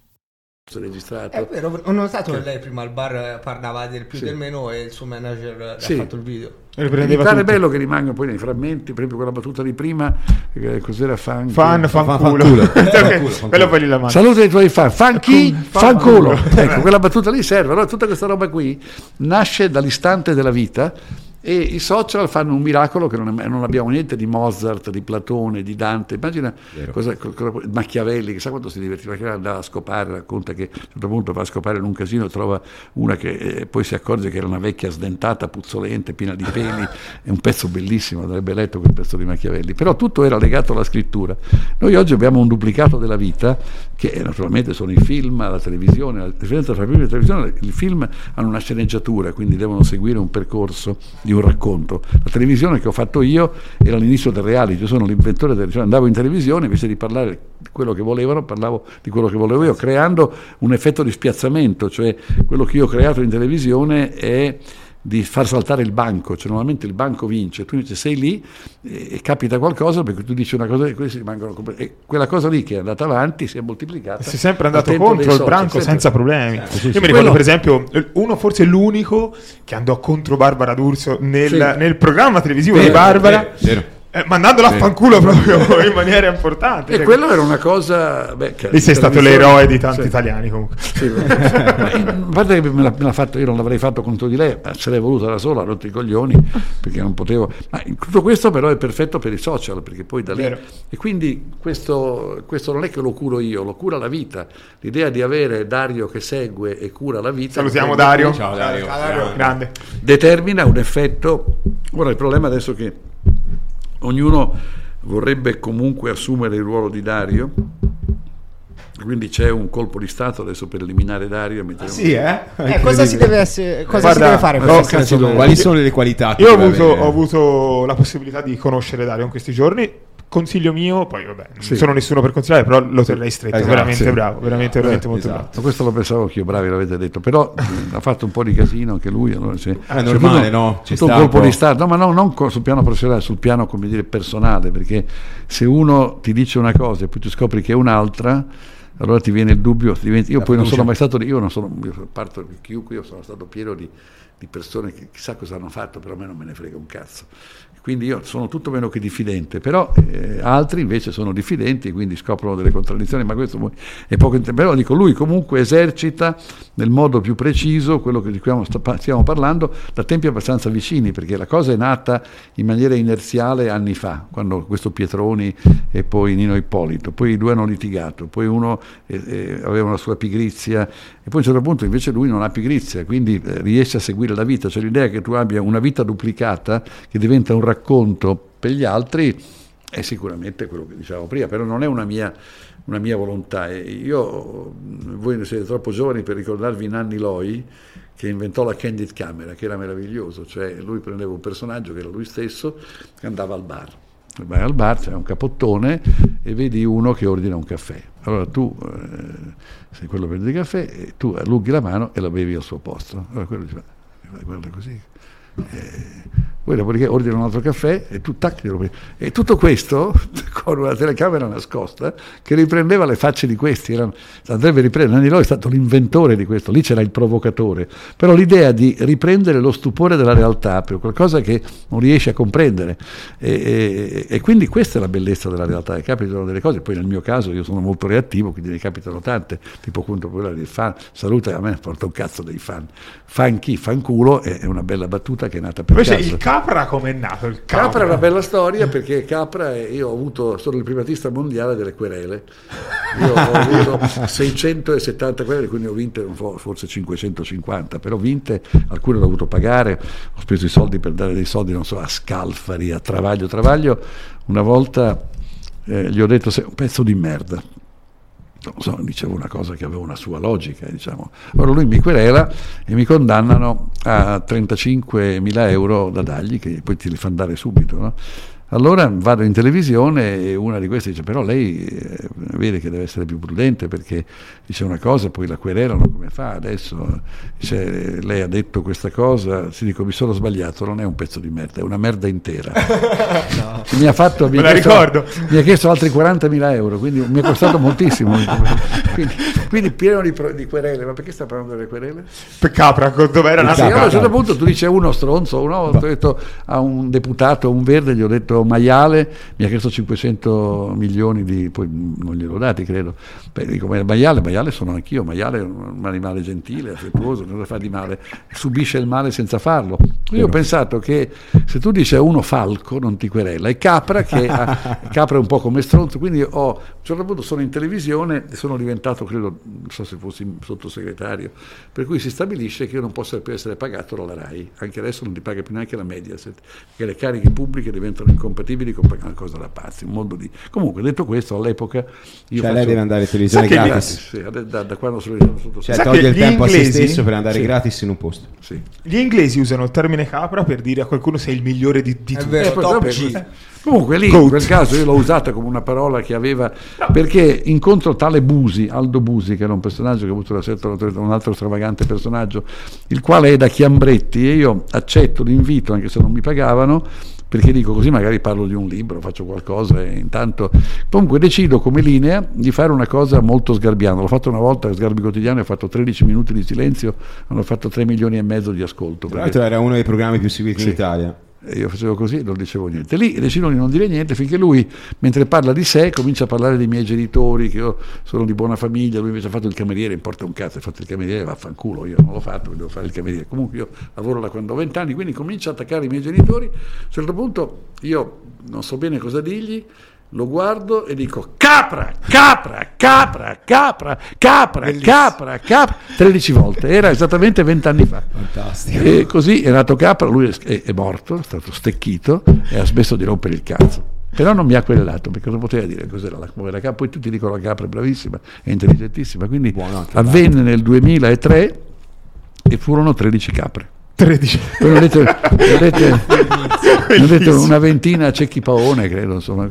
Registrato. È vero, ho notato che lei prima al bar parlava del più Sì. del meno e il suo manager Sì. ha fatto il video. E le Mi prendeva pare tutte. bello che rimanga poi nei frammenti, proprio quella battuta di prima, eh, cos'era fan? Fan, fan, Fan- culo. fanculo. Ok, Fanculo, fanculo. quello poi gli la mano. Saluta i tuoi fan, fan chi? Fan- Fanculo. fanculo. Ecco, quella battuta lì serve. Allora tutta questa roba qui nasce dall'istante della vita e i social fanno un miracolo che non, è, non abbiamo niente di Mozart, di Platone, di Dante. Immagina cosa, cosa, Machiavelli, chissà quanto si divertiva, che andava a scopare, racconta che a un certo punto va a scopare in un casino e trova una che eh, poi si accorge che era una vecchia sdentata, puzzolente, piena di peli. È un pezzo bellissimo, andrebbe letto quel pezzo di Machiavelli, però tutto era legato alla scrittura. Noi oggi abbiamo un duplicato della vita, che naturalmente sono i film, la televisione. La differenza tra film e televisione: il film hanno una sceneggiatura, quindi devono seguire un percorso di di un racconto. La televisione che ho fatto io era l'inizio del reality, io sono l'inventore del, cioè andavo in televisione, invece di parlare di quello che volevano, parlavo di quello che volevo io, creando un effetto di spiazzamento, cioè quello che io ho creato in televisione è di far saltare il banco, cioè normalmente il banco vince, tu invece sei lì e, e capita qualcosa perché tu dici una cosa e questi rimangono e quella cosa lì che è andata avanti si è moltiplicata. Si è sempre andato contro il branco sempre. Senza problemi. Sì, sì, io sì. mi ricordo quello... per esempio uno forse l'unico che andò contro Barbara D'Urso nel, sì. nel programma televisivo vero, di Barbara. Vero, vero. Eh, mandandola a fanculo proprio in maniera importante. E cioè, quello era una cosa. Beh, lì sei stato l'eroe di tanti sì. italiani comunque. Sì, a parte che me l'ha, me l'ha fatto, io non l'avrei fatto contro di lei, se l'è voluta da sola, ha rotto i coglioni perché non potevo. Ma tutto questo però è perfetto per i social, perché poi da lì. Vero. E quindi questo, questo non è che lo curo io, lo cura la vita. L'idea di avere Dario che segue e cura la vita. Salutiamo Dario. Ciao Dario. Ciao Dario. Grande. Determina un effetto. Ora il problema adesso è che ognuno vorrebbe comunque assumere il ruolo di Dario, quindi c'è un colpo di stato adesso per eliminare Dario. Ah, sì, eh? eh cosa si deve, essere, cosa Guarda, si deve fare? No, sono, quali sono le qualità? Io ho avuto, ho avuto la possibilità di conoscere Dario in questi giorni. Consiglio mio, poi vabbè, non sì. sono nessuno per consigliare, però lo terrei stretto, esatto, veramente sì. bravo, veramente, veramente eh, molto esatto. bravo. Questo lo pensavo anch'io, bravi l'avete detto, però ha fatto un po' di casino anche lui. Allora, cioè, è normale, no? Ci tutto un colpo un di stato, no, ma no, non sul piano professionale, sul piano, come dire, personale, perché se uno ti dice una cosa e poi tu scopri che è un'altra, allora ti viene il dubbio. Diventi, io La poi fiducia. non sono mai stato, io non sono, io parto di chiunque, io sono stato pieno di, di persone che chissà cosa hanno fatto, però a me non me ne frega un cazzo. Quindi io sono tutto meno che diffidente, però eh, altri invece sono diffidenti e quindi scoprono delle contraddizioni, ma questo è poco inter- però dico, lui comunque esercita nel modo più preciso quello di cui stiamo parlando da tempi abbastanza vicini, perché la cosa è nata in maniera inerziale anni fa, quando questo Pietroni e poi Nino Ippolito, poi i due hanno litigato, poi uno eh, eh, aveva una sua pigrizia e poi a un certo punto invece lui non ha pigrizia, quindi eh, riesce a seguire la vita, cioè l'idea che tu abbia una vita duplicata che diventa un racconto per gli altri è sicuramente quello che dicevamo prima, però non è una mia, una mia volontà. E io, voi siete troppo giovani per ricordarvi Nanni Loi che inventò la candid camera, che era meraviglioso, cioè lui prendeva un personaggio che era lui stesso e andava al bar. Vai al bar, c'è un capottone e vedi uno che ordina un caffè. Allora tu eh, sei quello che prende il caffè e tu allunghi la mano e la bevi al suo posto. Allora quello dice, guarda così. Eh, poi dopodiché ordina un altro caffè e tu tac, e tutto questo con una telecamera nascosta che riprendeva le facce di questi. Erano, andrebbe riprendere, Nanni Loi è stato l'inventore di questo, lì c'era il provocatore, però l'idea di riprendere lo stupore della realtà per qualcosa che non riesce a comprendere e, e, e quindi questa è la bellezza della realtà, che capitano delle cose. Poi nel mio caso io sono molto reattivo, quindi ne capitano tante, tipo appunto quella del fan, saluta, a me porta un cazzo dei fan, fan chi, fan culo, è una bella battuta che è nata per invece caso. Il Capra com'è nato? Il Capra. Capra è una bella storia, perché Capra è, io ho avuto, sono il primatista mondiale delle querele, io ho avuto seicentosettanta querele, quindi ho vinte forse cinquecentocinquanta, però vinte, alcune l'ho dovuto pagare, ho speso i soldi per dare dei soldi, non so, a Scalfari, a Travaglio. Travaglio una volta eh, gli ho detto sei un pezzo di merda. Non so, dicevo una cosa che aveva una sua logica, diciamo. Allora lui mi querela e mi condannano a trentacinquemila euro da dargli, che poi ti li fanno dare subito, no? Allora vado in televisione e una di queste dice, però lei eh, vede che deve essere più prudente, perché dice una cosa, poi la querelano, come fa adesso? Dice, lei ha detto questa cosa, si dico, mi sono sbagliato, non è un pezzo di merda, è una merda intera. No. Mi ha fatto, mi Me ha la chiesto, ricordo. Mi ha chiesto altri quarantamila euro, quindi mi è costato moltissimo. Quindi, quindi pieno di, di querele, ma perché sta parlando delle querele? Per Capra, dove era nato? A un certo punto tu dici uno stronzo, uno, ho detto a un deputato, a un verde, gli ho detto maiale, mi ha chiesto cinquecento milioni di, poi non gliel'ho dati credo. Beh, dico, ma maiale, maiale sono anch'io, maiale è un animale gentile, affettuoso, cosa fa di male? Subisce il male senza farlo. Io ho pensato che se tu dici a uno falco non ti querela, e Capra che ha, Capra è un po' come stronzo, quindi ho, a un certo punto sono in televisione e sono diventato, credo, non so se fossi sottosegretario, per cui si stabilisce che io non posso più essere pagato dalla RAI, anche adesso non ti paga più neanche la Mediaset, perché le cariche pubbliche diventano incompatibili con una cosa da pazzi, un mondo di... Comunque, detto questo, all'epoca Io cioè faccio... lei deve andare in televisione Sa che gratis. Sì, da, da, da quando sono ritornato sotto Cioè Sa toglie che il gli tempo a se inglesi- stesso per andare Sì. gratis in un posto. sì. Gli inglesi usano il termine capra per dire a qualcuno sei il migliore di, di È tutti. vero, Eh, poi, top vabbè, G. comunque lì Goat. in quel caso io l'ho usata come una parola che aveva, perché incontro tale Busi, Aldo Busi, che era un personaggio che ha avuto una certa notorietà, un altro stravagante personaggio, il quale è da Chiambretti, e io accetto l'invito anche se non mi pagavano, perché dico così magari parlo di un libro, faccio qualcosa e intanto comunque decido come linea di fare una cosa molto sgarbiana. L'ho fatto una volta a Sgarbi Quotidiani, ho fatto tredici minuti di silenzio, hanno fatto tre milioni e mezzo di ascolto. Tra l'altro era uno dei programmi più seguiti Sì. in Italia. E io facevo così, non dicevo niente. Lì decido di non dire niente finché lui, mentre parla di sé, comincia a parlare dei miei genitori, che io sono di buona famiglia. Lui invece ha fatto il cameriere, importa un cazzo, ha fatto il cameriere, vaffanculo, io non l'ho fatto, devo fare il cameriere. Comunque io lavoro da quando ho vent'anni, quindi comincia a attaccare i miei genitori. A un certo punto io non so bene cosa dirgli, lo guardo e dico capra, capra, capra, capra, capra, capra, capra, tredici volte, era esattamente vent'anni fa. Fantastico. E così è nato Capra, lui è, è, è morto, è stato stecchito e ha smesso di rompere il cazzo. Però non mi ha querellato, perché cosa poteva dire? Cos'era la, la Capra? Poi tutti dicono la Capra è bravissima, è intelligentissima, quindi Buono anche avvenne nel duemilatré e furono tredici capre. tredici. Poi ne ho detto, ne ho detto- ne ho detto una ventina a Cecchi Paone, credo, insomma.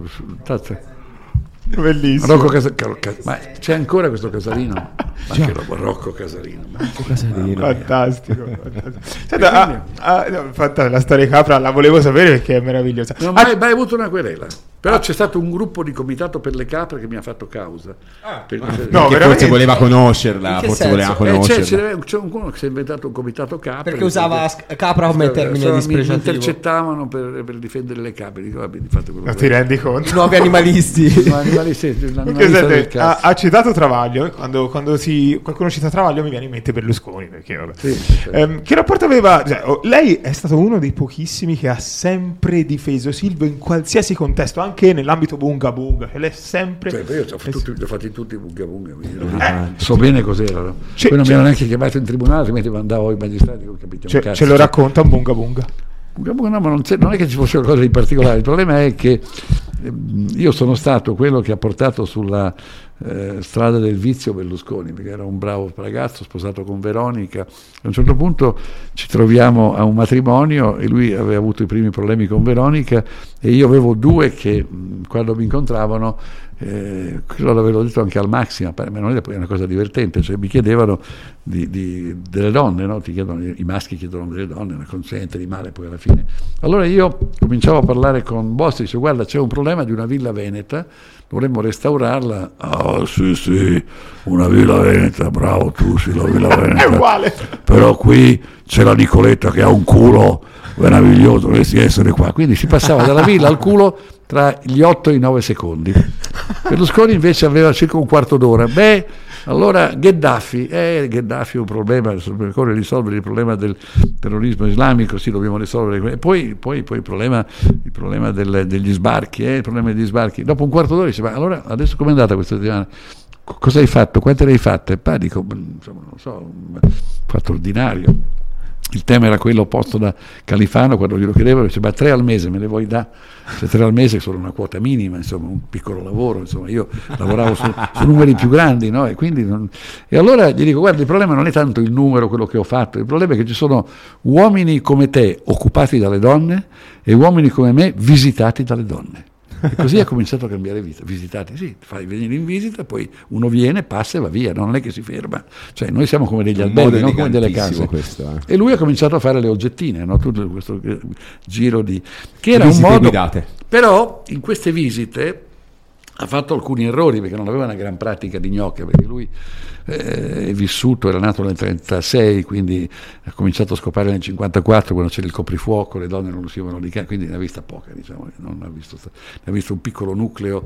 Tazza. Bellissimo. Rocco Casa- Ca- ma c'è ancora questo Casalino? Ma che roba, Rocco Casalino. Ma Fantastico, fantastico. Senta, ah, ah, no, fanta- la storia di Capra la volevo sapere perché è meravigliosa. non ho Ah, mai, mai avuto una querela. Però c'è stato un gruppo di comitato per le capre che mi ha fatto causa. Perché- no, Che veramente- forse voleva conoscerla, In che forse senso? voleva Eh, c'è, conoscerla. c'è, c'è uno che si è inventato un comitato capre Perché usava sc- capra come termine mi, mi dispregiativo. intercettavano per, per difendere le capre. Dico, vabbè, fate quello non che ti volete. rendi conto? Nuovi animalisti. No, animali, sì, Perché, l'animalista del sente, ha, cazzo. ha citato Travaglio. Quando, quando si, qualcuno cita Travaglio mi viene in mente Berlusconi. Perché, vabbè. Sì, sì. Ehm, che rapporto aveva? Cioè, oh, lei è stato uno dei pochissimi che ha sempre difeso Silvio in qualsiasi contesto, anche nell'ambito bunga bunga. Cioè, lei è sempre. Cioè, io ho tutti, li ho fatti tutti bunga bunga, quindi non- Eh. so bene cos'erano. C'è- Poi non mi c'è- hanno neanche chiamato in tribunale, altrimenti mandavo ai magistrati, non capite un Ce, cazzo. ce lo racconta un bunga bunga. Bunga bunga, no, ma non, c'è- non è che ci fosse qualcosa di particolare, il problema è che ehm, io sono stato quello che ha portato sulla eh, strada del vizio Berlusconi, perché era un bravo ragazzo sposato con Veronica. A un certo punto ci troviamo a un matrimonio e lui aveva avuto i primi problemi con Veronica e io avevo due che mh, quando mi incontravano, eh, quello l'avevo detto anche al Maxima, per me non era poi una cosa divertente, cioè mi chiedevano di, di, delle donne, no? Ti chiedono, i maschi chiedono delle donne, una consente di male poi alla fine. Allora io cominciavo a parlare con Bossi, dice guarda c'è un problema di una villa veneta, dovremmo restaurarla. Ah sì sì, una villa veneta, bravo tu, sì, la villa veneta. È uguale. Però qui c'è la Nicoletta che ha un culo meraviglioso, dovresti essere qua. Quindi si passava dalla villa al culo tra gli otto e i nove secondi. Berlusconi invece aveva circa un quarto d'ora. Beh, allora Gheddafi, eh, Gheddafi è un problema, occorre risolvere il problema del terrorismo islamico, sì, dobbiamo risolvere. E poi, poi, poi il problema, il problema del, degli sbarchi, eh, il problema degli sbarchi. Dopo un quarto d'ora dice, ma allora adesso com'è andata questa settimana? Cosa hai fatto? Quante ne hai fatte? Poi dico, insomma, non so, un fatto ordinario. Il tema era quello opposto da Califano, quando glielo chiedevo, dice, ma tre al mese me ne vuoi dare? Se tre al mese sono una quota minima, insomma, un piccolo lavoro, insomma, io lavoravo su, su numeri più grandi, no? E quindi non... e allora gli dico, guarda, il problema non è tanto il numero, quello che ho fatto, il problema è che ci sono uomini come te occupati dalle donne e uomini come me visitati dalle donne. E così ha cominciato a cambiare vita. Visitati, sì, fai venire in visita, poi uno viene, passa e va via, non è che si ferma. Cioè, noi siamo come degli Un alberghi, modo non come delle elegantissimo case. questo, eh. E lui ha cominciato a fare le oggettine, no? Tutto questo eh, giro di... che era Visite un modo... guidate. Però in queste visite ha fatto alcuni errori perché non aveva una gran pratica di gnocche, perché lui eh, è vissuto, era nato nel trentasei, quindi ha cominciato a scopare nel cinquantaquattro quando c'era il coprifuoco, le donne non uscivano di casa, quindi ne ha vista poca, diciamo, non ha visto, ne ha visto un piccolo nucleo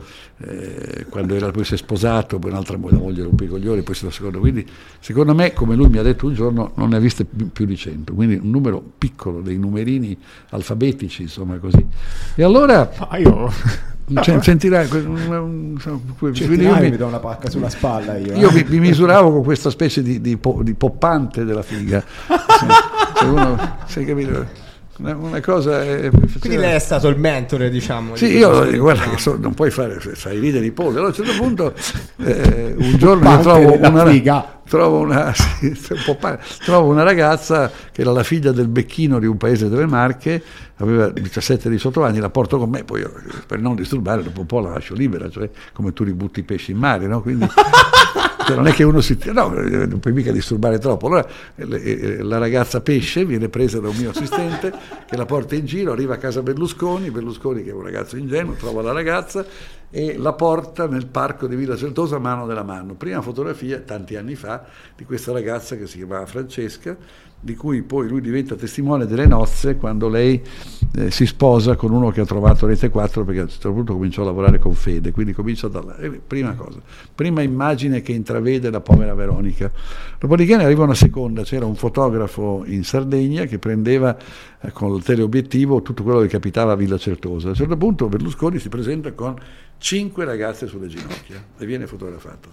eh, quando era, poi si è sposato, poi un'altra la moglie rompe i coglioni, poi si la seconda, quindi secondo me, come lui mi ha detto un giorno, non ne ha viste più, più di cento, quindi un numero piccolo, dei numerini alfabetici, insomma così. E allora... Ah, io... Cioè, sentirai, quindi io, mi mi, do una pacca sulla spalla io. io mi, mi misuravo con questa specie di, di, po, di poppante della figa. Se, se uno, sai capito? una, una cosa è, quindi lei è stato il mentore, diciamo. Sì, io guarda che so, non puoi fare, fai ridere i polli. Allora a un certo punto eh, un giorno io trovo una figa. Trovo una, sì, un po' pa- trovo una ragazza che era la figlia del becchino di un paese delle Marche, aveva diciassette diciotto anni, la porto con me, poi io, per non disturbare dopo un po' la lascio libera, cioè come tu ributti i pesci in mare, no? Quindi cioè, non è che uno si no, non puoi mica disturbare troppo. Allora la ragazza pesce viene presa da un mio assistente che la porta in giro, arriva a casa Berlusconi, Berlusconi che è un ragazzo ingenuo, trova la ragazza e la porta nel parco di Villa Certosa mano nella mano. Prima fotografia, tanti anni fa, di questa ragazza che si chiamava Francesca, di cui poi lui diventa testimone delle nozze quando lei eh, si sposa con uno che ha trovato Rete quattro, perché a un certo punto cominciò a lavorare con Fede, quindi comincia da là. Eh, prima cosa, prima immagine che intravede la povera Veronica. Dopodiché ne arriva una seconda, c'era un fotografo in Sardegna che prendeva eh, con il teleobiettivo tutto quello che capitava a Villa Certosa. A un certo punto Berlusconi si presenta con cinque ragazze sulle ginocchia e viene fotografato.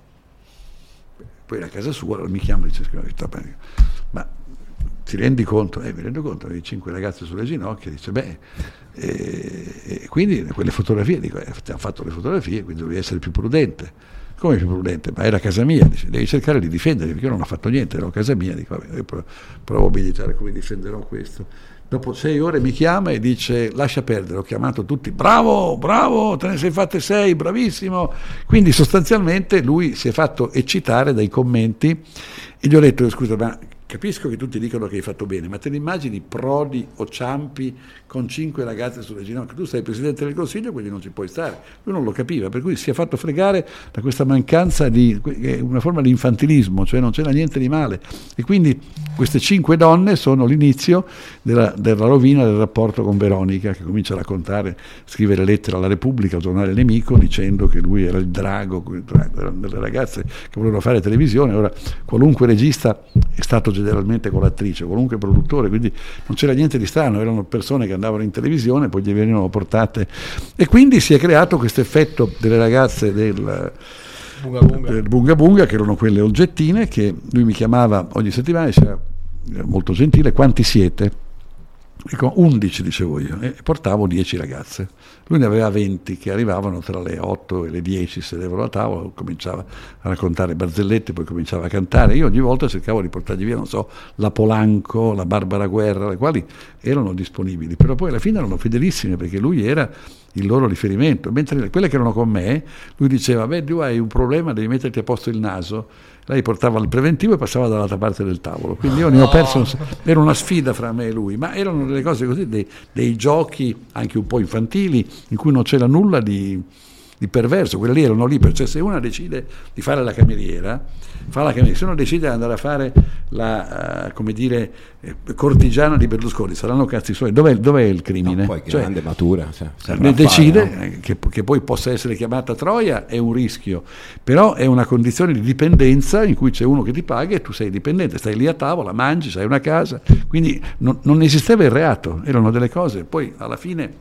Poi a casa sua mi chiama e dice: ma ti rendi conto? Eh, mi rendo conto, avevi cinque ragazze sulle ginocchia, dice beh, e, e quindi quelle fotografie, dico, eh, ti hanno fatto le fotografie, quindi devi essere più prudente. Come più prudente? Ma era casa mia, dice, devi cercare di difenderli, perché io non ho fatto niente, ero a casa mia, dico vabbè, io provo, provo a meditare come difenderò questo. Dopo sei ore mi chiama e dice: lascia perdere, ho chiamato tutti, bravo, bravo, te ne sei fatte sei, bravissimo. Quindi sostanzialmente lui si è fatto eccitare dai commenti e gli ho detto: scusa, ma capisco che tutti dicono che hai fatto bene, ma te ne immagini Prodi o Ciampi con cinque ragazze sulle ginocchia? Tu sei Presidente del Consiglio, quindi non ci puoi stare. Lui non lo capiva, per cui si è fatto fregare da questa mancanza di una forma di infantilismo, cioè non c'era niente di male. E quindi queste cinque donne sono l'inizio della, della rovina del rapporto con Veronica, che comincia a raccontare, scrivere lettere alla Repubblica, al giornale nemico, dicendo che lui era il drago, erano delle ragazze che volevano fare televisione. Ora qualunque regista è stato generalmente con l'attrice, qualunque produttore, quindi non c'era niente di strano, erano persone che andavano in televisione, poi gli venivano portate, e quindi si è creato questo effetto delle ragazze del Bunga Bunga, del Bunga Bunga, che erano quelle oggettine, che lui mi chiamava ogni settimana e diceva, molto gentile: quanti siete? Dico, undici, dicevo io, e portavo dieci ragazze. Lui ne aveva venti che arrivavano tra le otto e le dieci, sedevano a tavola, cominciava a raccontare barzellette, poi cominciava a cantare. Io ogni volta cercavo di portargli via, non so, la Polanco, la Barbara Guerra, le quali erano disponibili, però poi alla fine erano fedelissime, perché lui era il loro riferimento, mentre quelle che erano con me, lui diceva: beh, tu hai un problema, devi metterti a posto il naso. Lei portava il preventivo e passava dall'altra parte del tavolo, quindi io ne ho perso, era una sfida fra me e lui, ma erano delle cose così, dei, dei giochi anche un po' infantili, in cui non c'era nulla di, di perverso. Quelle lì erano libere, cioè se una decide di fare la cameriera, fa la cameriera. Se uno decide di andare a fare la, uh, come dire, eh, cortigiana di Berlusconi, saranno cazzi suoi. Dov'è, dov'è il crimine? No, poi grande, cioè, matura, cioè, decide fare, no? che, che poi possa essere chiamata Troia è un rischio, però è una condizione di dipendenza in cui c'è uno che ti paga e tu sei dipendente, stai lì a tavola, mangi, hai una casa, quindi non, non esisteva il reato, erano delle cose. Poi alla fine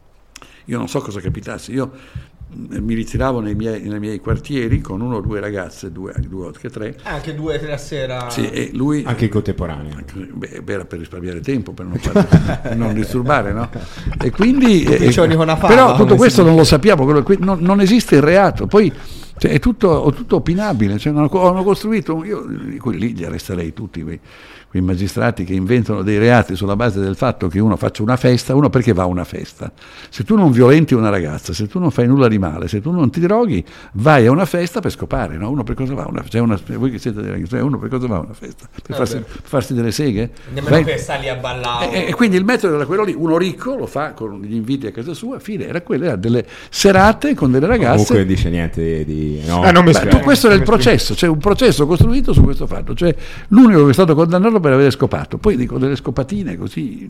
io non so cosa capitasse, io mi ritiravo nei miei, nei miei quartieri con uno o due ragazze, due, due o tre. Anche due tre a sera. Sì, e lui, anche in contemporanea. Beh, era per risparmiare tempo, per non, far, non disturbare, no? E quindi, eh, fava, però tutto questo non lo sappiamo, non, non esiste il reato. Poi cioè, è tutto, tutto opinabile. Cioè, hanno, hanno costruito, io quelli lì li arresterei tutti, quei, quei magistrati che inventano dei reati sulla base del fatto che uno faccia una festa. Uno perché va a una festa? Se tu non violenti una ragazza, se tu non fai nulla di male, se tu non ti droghi, vai a una festa per scopare, no? Uno per cosa va a una festa? Una, voi che siete della chiesa, uno per cosa va a una festa? Per farsi, per farsi delle seghe? Nemmeno per stare lì a ballare. E, e quindi il metodo era quello lì, uno ricco lo fa con gli inviti a casa sua, fine, era quello, era delle serate con delle ragazze. Comunque dice niente di... No. Ah, non mi Beh, questo era il processo, c'è un processo costruito su questo fatto, cioè l'unico che è stato condannato per aver scopato, poi dico delle scopatine così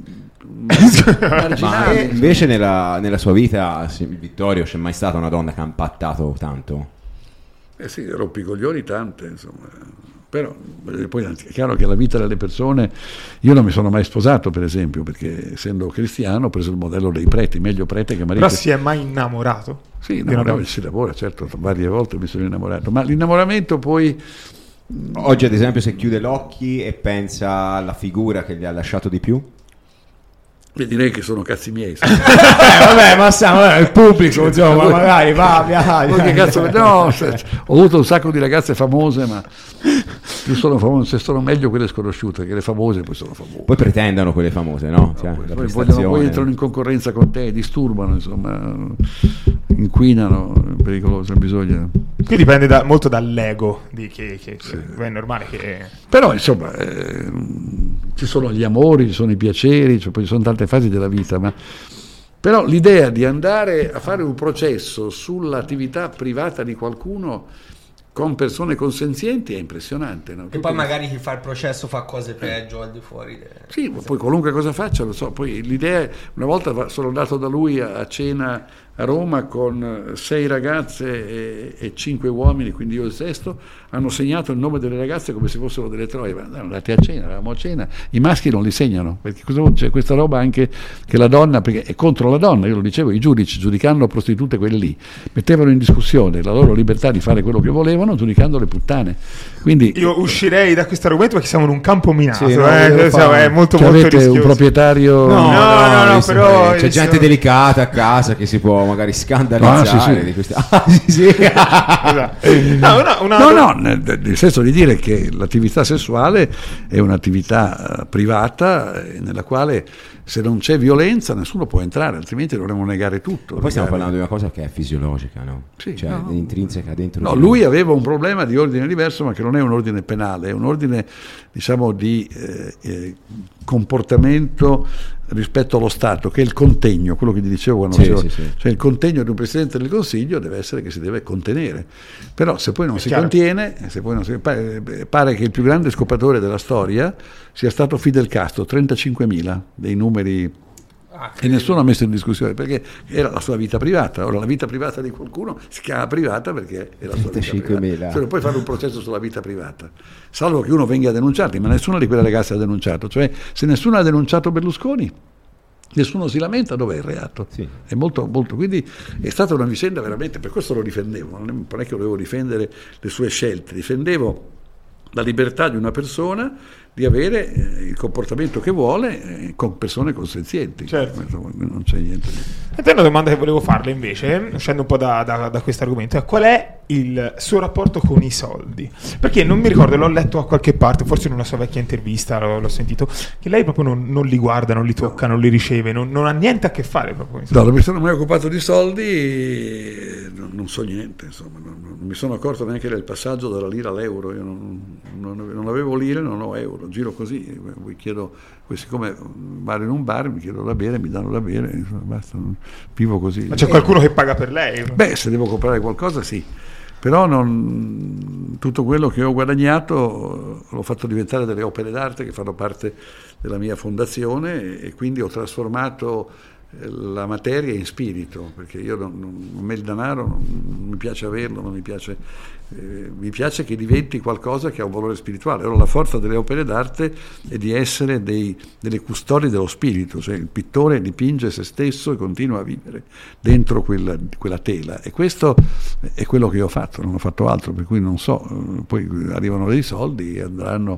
marginali. Ma invece nella, nella sua vita, Vittorio, c'è mai stata una donna che ha impattato tanto? Eh sì, rompicoglioni tante, insomma. Però poi è chiaro che la vita delle persone, io non mi sono mai sposato per esempio, perché essendo cristiano ho preso il modello dei preti, meglio prete che marito. Però si è mai innamorato? Sì, innamorato, si lavora, certo, varie volte mi sono innamorato, ma l'innamoramento poi... Oggi ad esempio se chiude gli occhi e pensa alla figura che gli ha lasciato di più? Beh, direi che sono cazzi miei. eh, vabbè, ma siamo il pubblico, insomma, magari va, via. Che cazzo, no, ho avuto un sacco di ragazze famose, ma più sono famose, se sono meglio quelle sconosciute che le famose, poi sono famose. Poi pretendano quelle famose, no? Cioè, no poi, la poi, prestazione. vogliono, poi entrano in concorrenza con te, disturbano, insomma, inquinano, è pericoloso, bisogna. Qui dipende da, molto dall'ego di chi, che, sì. È normale che... Però insomma eh, ci sono gli amori, ci sono i piaceri, cioè, poi ci sono tante fasi della vita, ma però l'idea di andare a fare un processo sull'attività privata di qualcuno con persone consenzienti è impressionante, no? E poi magari chi fa il processo fa cose peggio al di fuori. De... Sì, ma poi qualunque cosa faccia, lo so. Poi l'idea è, una volta sono andato da lui a cena a Roma con sei ragazze e, e cinque uomini, quindi io il sesto, hanno segnato il nome delle ragazze come se fossero delle troie, ma erano andati a cena, eravamo a cena, i maschi non li segnano, perché cosa vuol- c'è questa roba anche che la donna, perché è contro la donna, io lo dicevo, i giudici giudicando prostitute quelle lì, mettevano in discussione la loro libertà di fare quello che volevano giudicando le puttane. Quindi io uscirei da questo argomento perché siamo in un campo minato, sì, no, eh, siamo, è molto cioè, molto avete rischioso. un proprietario No, no, no, no, però c'è gente siamo... delicata a casa che si può magari scandalizzare Ah, sì, sì. di queste... ah, sì, sì. Esatto. No, una, una... No, no, nel, nel senso di dire che l'attività sessuale è un'attività uh, privata eh, nella quale se non c'è violenza nessuno può entrare, altrimenti dovremmo negare tutto. Poi stiamo negare. parlando di una cosa che è fisiologica, no? Sì, cioè no. è intrinseca dentro. No, di lui noi. aveva un problema di ordine diverso, ma che non è un ordine penale, è un ordine, diciamo, di eh, eh, comportamento rispetto allo Stato, che è il contegno, quello che ti dicevo quando Sì, dicevo, sì, sì. cioè il contegno di un Presidente del Consiglio deve essere che si deve contenere, però se poi non È si chiaro. contiene, se poi non si, pare, pare che il più grande scopatore della storia sia stato Fidel Castro, trentacinquemila dei numeri. Ah, E nessuno ha messo in discussione perché era la sua vita privata. Ora la vita privata di qualcuno si chiama privata perché è la sua vita trentacinquemila. privata. Cioè non puoi fare un processo sulla vita privata, salvo che uno venga a denunciarti, ma nessuna di quelle ragazze ha denunciato. Cioè se nessuno ha denunciato Berlusconi, nessuno si lamenta, dov'è il reato? Sì. È molto, molto, quindi è stata una vicenda veramente, per questo lo difendevo, non è, non è che volevo difendere le sue scelte, difendevo la libertà di una persona di avere eh, il comportamento che vuole eh, con persone consenzienti. Certo. Insomma, non c'è niente. E te una domanda che volevo farle invece, uscendo un po' da, da, da questo argomento, è: qual è il suo rapporto con i soldi? Perché non mi ricordo, l'ho letto a qualche parte, forse in una sua vecchia intervista l'ho, l'ho sentito, che lei proprio non, non li guarda, non li tocca, non li riceve, non, non ha niente a che fare proprio con i soldi. No, non mi sono mai occupato di soldi, eh, non, non so niente, insomma, non, non mi sono accorto neanche del passaggio dalla lira all'euro, io non, non, non avevo lire, non ho euro, giro così, vi chiedo, siccome vado in un bar, mi chiedo da bere, mi danno da bere, insomma, basta, non, vivo così. Ma c'è qualcuno che paga per lei? Beh, se devo comprare qualcosa sì, però non, tutto quello che ho guadagnato l'ho fatto diventare delle opere d'arte che fanno parte della mia fondazione e quindi ho trasformato la materia in spirito, perché io non, non, a me il denaro non, non mi piace averlo, non mi piace, eh, mi piace che diventi qualcosa che ha un valore spirituale. Allora la forza delle opere d'arte è di essere dei, delle custodie dello spirito, cioè il pittore dipinge se stesso e continua a vivere dentro quella, quella tela, e questo è quello che io ho fatto, non ho fatto altro, per cui non so, poi arrivano dei soldi e andranno.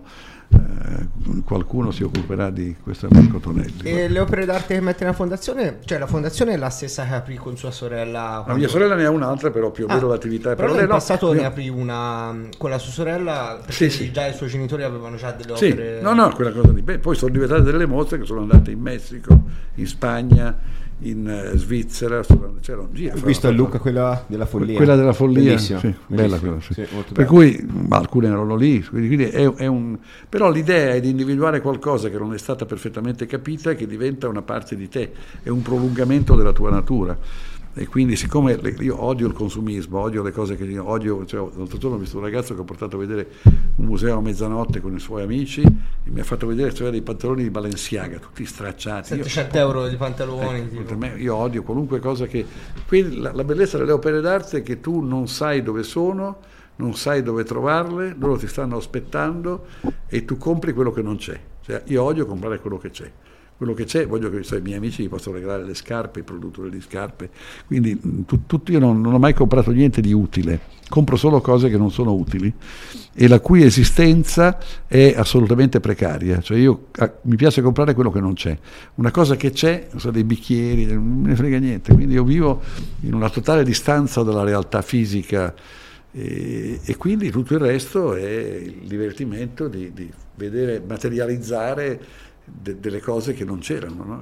Eh, qualcuno si occuperà di questo, Marco Tonelli. E le opere d'arte che mette nella fondazione, cioè la fondazione è la stessa che aprì con sua sorella? La mia sorella ne ha un'altra, però più o meno Ah, l'attività è però lei nel no, passato io- ne aprì una con la sua sorella, perché Sì, sì. già i suoi genitori avevano già delle Sì, opere. no, no, quella cosa di beh, poi sono diventate delle mostre che sono andate in Messico, in Spagna, in eh, Svizzera, sono- c'era un giro. Ho visto a Lucca quella della follia. Quella della follia, Bellissima, sì, bellissima. bella quella, sì. Sì, molto Per bella. cui ma alcune erano lì, quindi, quindi è, è un, però l'idea è di individuare qualcosa che non è stata perfettamente capita e che diventa una parte di te, è un prolungamento della tua natura. E quindi siccome le- io odio il consumismo, odio le cose che io odio, cioè, l'altro giorno ho visto un ragazzo che ho portato a vedere un museo a mezzanotte con i suoi amici e mi ha fatto vedere cioè, dei pantaloni di Balenciaga, tutti stracciati. Io- settecento euro di pantaloni. Ecco, tipo. per me, io odio qualunque cosa che... Quindi la, la bellezza delle opere d'arte è che tu non sai dove sono, non sai dove trovarle, loro ti stanno aspettando e tu compri quello che non c'è. Cioè, io odio comprare quello che c'è. quello che c'è, voglio che i miei amici mi possano regalare le scarpe, il produttore di scarpe, quindi tu, tutto, io non, non ho mai comprato niente di utile, compro solo cose che non sono utili e la cui esistenza è assolutamente precaria, cioè io ah, mi piace comprare quello che non c'è, una cosa che c'è, so, dei bicchieri, non me ne frega niente, quindi io vivo in una totale distanza dalla realtà fisica e, e quindi tutto il resto è il divertimento di, di vedere materializzare De, delle cose che non c'erano, no?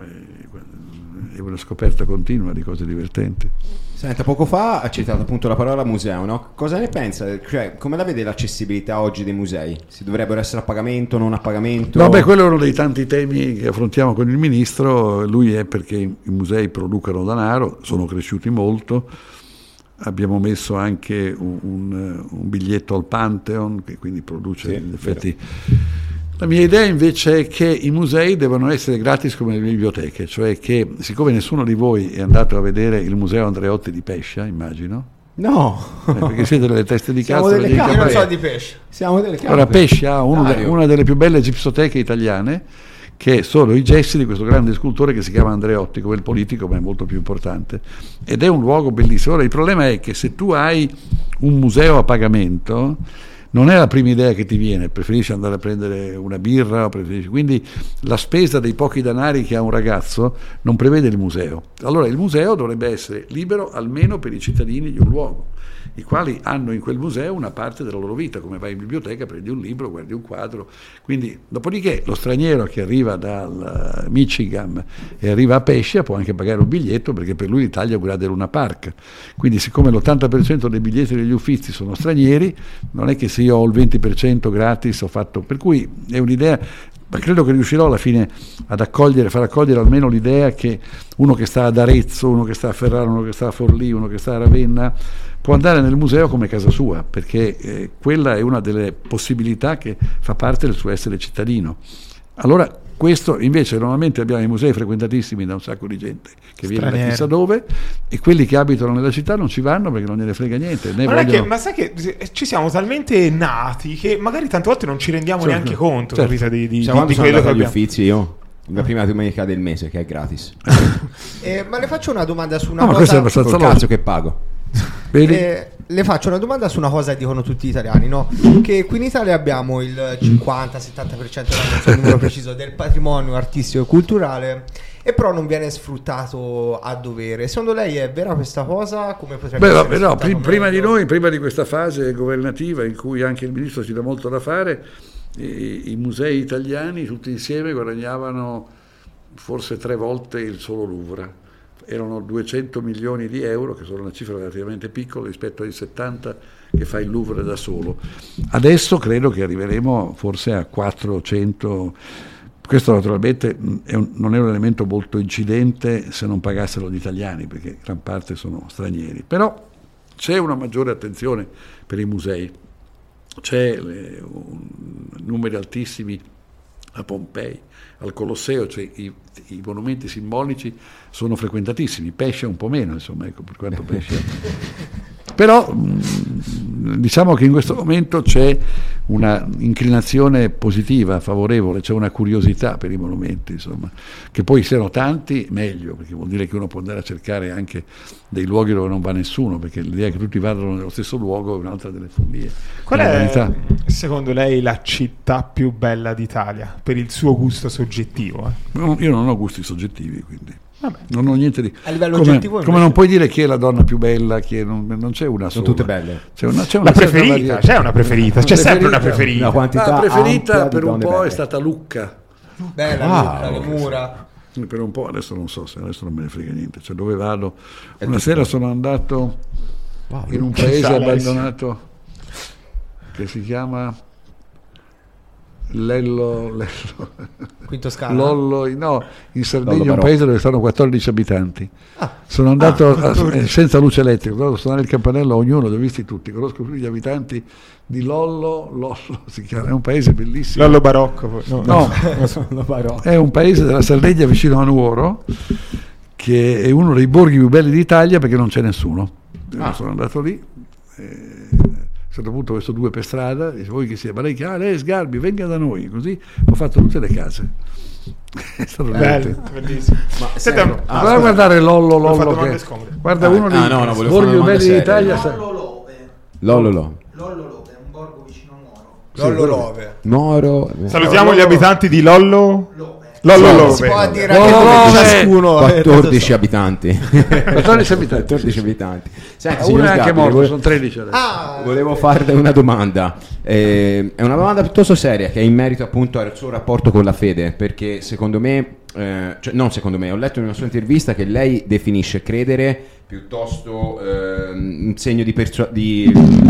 È una scoperta continua di cose divertenti. Senta, poco fa ha citato appunto la parola museo, no? Cosa ne pensa? Cioè, come la vede l'accessibilità oggi dei musei? Si dovrebbero essere a pagamento, non a pagamento? No, beh, quello è uno dei tanti temi che affrontiamo con il ministro. Lui è perché i musei producano denaro, sono cresciuti molto. Abbiamo messo anche un, un, un biglietto al Pantheon che quindi produce sì, in effetti. Vero. La mia idea invece è che i musei devono essere gratis come le biblioteche, cioè che siccome nessuno di voi è andato a vedere il museo Andreotti di Pescia, immagino. No, eh, perché siete delle teste di Siamo cazzo. Delle Io non so di Pescia. Siamo delle campe. Allora Pescia ha de, una delle più belle gipsoteche italiane, che sono i gessi di questo grande scultore che si chiama Andreotti, come il politico, ma è molto più importante. Ed è un luogo bellissimo. Ora, il problema è che se tu hai un museo a pagamento, non è la prima idea che ti viene, preferisci andare a prendere una birra, preferisci... quindi la spesa dei pochi denari che ha un ragazzo non prevede il museo. Allora il museo dovrebbe essere libero almeno per i cittadini di un luogo, i quali hanno in quel museo una parte della loro vita, come vai in biblioteca, prendi un libro, guardi un quadro, quindi dopodiché lo straniero che arriva dal Michigan e arriva a Pescia può anche pagare un biglietto, perché per lui l'Italia è quella del Luna Park, quindi siccome l'ottanta per cento dei biglietti degli Uffizi sono stranieri, non è che se io ho il venti per cento gratis ho fatto, per cui è un'idea, ma credo che riuscirò alla fine ad accogliere, far accogliere almeno l'idea che uno che sta ad Arezzo, uno che sta a Ferrara, uno che sta a Forlì, uno che sta a Ravenna può andare nel museo come casa sua, perché eh, quella è una delle possibilità che fa parte del suo essere cittadino. Allora questo invece normalmente abbiamo i musei frequentatissimi da un sacco di gente che viene da chissà dove, e quelli che abitano nella città non ci vanno perché non gliene frega niente. Ne ma, vogliono... che, ma sai che ci siamo talmente nati che magari tante volte non ci rendiamo certo, neanche conto, certo. capito, di, di, cioè, di quello che agli Uffizi io la prima domenica del mese che è gratis. eh, ma le faccio una domanda su una no, cosa. Ma questo è col cazzo che pago. Eh, le faccio una domanda su una cosa che dicono tutti gli italiani, no? Che qui in Italia abbiamo il cinquanta settanta per cento, non so il numero preciso, del patrimonio artistico e culturale, e però non viene sfruttato a dovere. Secondo lei è vera questa cosa? Come potrebbe Beh, essere no, prim- prima di meglio? noi, prima di questa fase governativa in cui anche il ministro ci dà molto da fare, i, i musei italiani tutti insieme guadagnavano forse tre volte il solo Louvre. Erano duecento milioni di euro, che sono una cifra relativamente piccola rispetto ai settanta che fa il Louvre da solo. Adesso credo che arriveremo forse a quattrocento. Questo naturalmente è un, non è un elemento molto incidente se non pagassero gli italiani, perché gran parte sono stranieri. Però c'è una maggiore attenzione per i musei, c'è le, un, numeri altissimi a Pompei, al Colosseo, cioè i, i monumenti simbolici sono frequentatissimi, Pesce un po' meno, insomma, ecco per quanto Pesce. Però diciamo che in questo momento c'è una inclinazione positiva, favorevole, c'è una curiosità per i monumenti, insomma, che poi siano tanti meglio, perché vuol dire che uno può andare a cercare anche dei luoghi dove non va nessuno, perché l'idea che tutti vadano nello stesso luogo è un'altra delle follie. Qual è secondo lei la città più bella d'Italia per il suo gusto soggettivo? Eh? Io non ho gusti soggettivi, quindi Vabbè. non ho niente di a livello come, oggettivo come non puoi dire chi è la donna più bella, chi è, non, non c'è una sola, sono tutte belle, c'è una, c'è una la preferita, c'è una preferita, c'è preferita, sempre una preferita, una quantità la preferita per un po' belle. È stata Lucca, bella, wow. le mura per un po', adesso non so se adesso non me ne frega niente, cioè dove vado, una sera sono andato wow, in un paese abbandonato che si chiama Lello, Lello Quinto Scala, Lollo, no, in Sardegna, Lollo un paese dove stanno quattordici abitanti. Ah. Sono andato ah, a, senza luce elettrica, ho suonare il campanello a ognuno, li ho visti tutti, conosco tutti gli abitanti di Lollo, Lollo si chiama, è un paese bellissimo. Lollo Barocco, no, no, no barocco. È un paese della Sardegna vicino a Nuoro, che è uno dei borghi più belli d'Italia perché non c'è nessuno. Ah. Sono andato lì. Eh, a un certo punto ho visto due per strada, dice, voi chi siete? Ma lei, ah, lei è Sgarbi, venga da noi, così ho fatto tutte le case. È stato bello, bellissimo. Ma Senta, sento- ah, Guarda a guardare Lollo Ho fatto Lollo domande che... scomode. Guarda Ah, uno dei ah, no, no, volevo fare borghi una domanda belli seria. d'Italia sa- Lollo Love. Lollo lo. Lollo Love è un borgo vicino a Moro. Lollo quello- Love. Moro. Salutiamo No, gli no. abitanti di Lollo. Love. Lollo Sì, Love. si può dire No, anche no, come no, ciascuno eh, quattordici abitanti. quattordici abitanti, quattordici sì, sì. abitanti. Senti, Uno signor è anche Sgarbi, morto, vole- sono tredici adesso. Ah, Volevo farle una domanda. Eh, è una domanda piuttosto seria che è in merito appunto al suo rapporto con la fede, perché secondo me, eh, cioè non secondo me, ho letto in una sua intervista che lei definisce credere piuttosto eh, un segno di, persu- di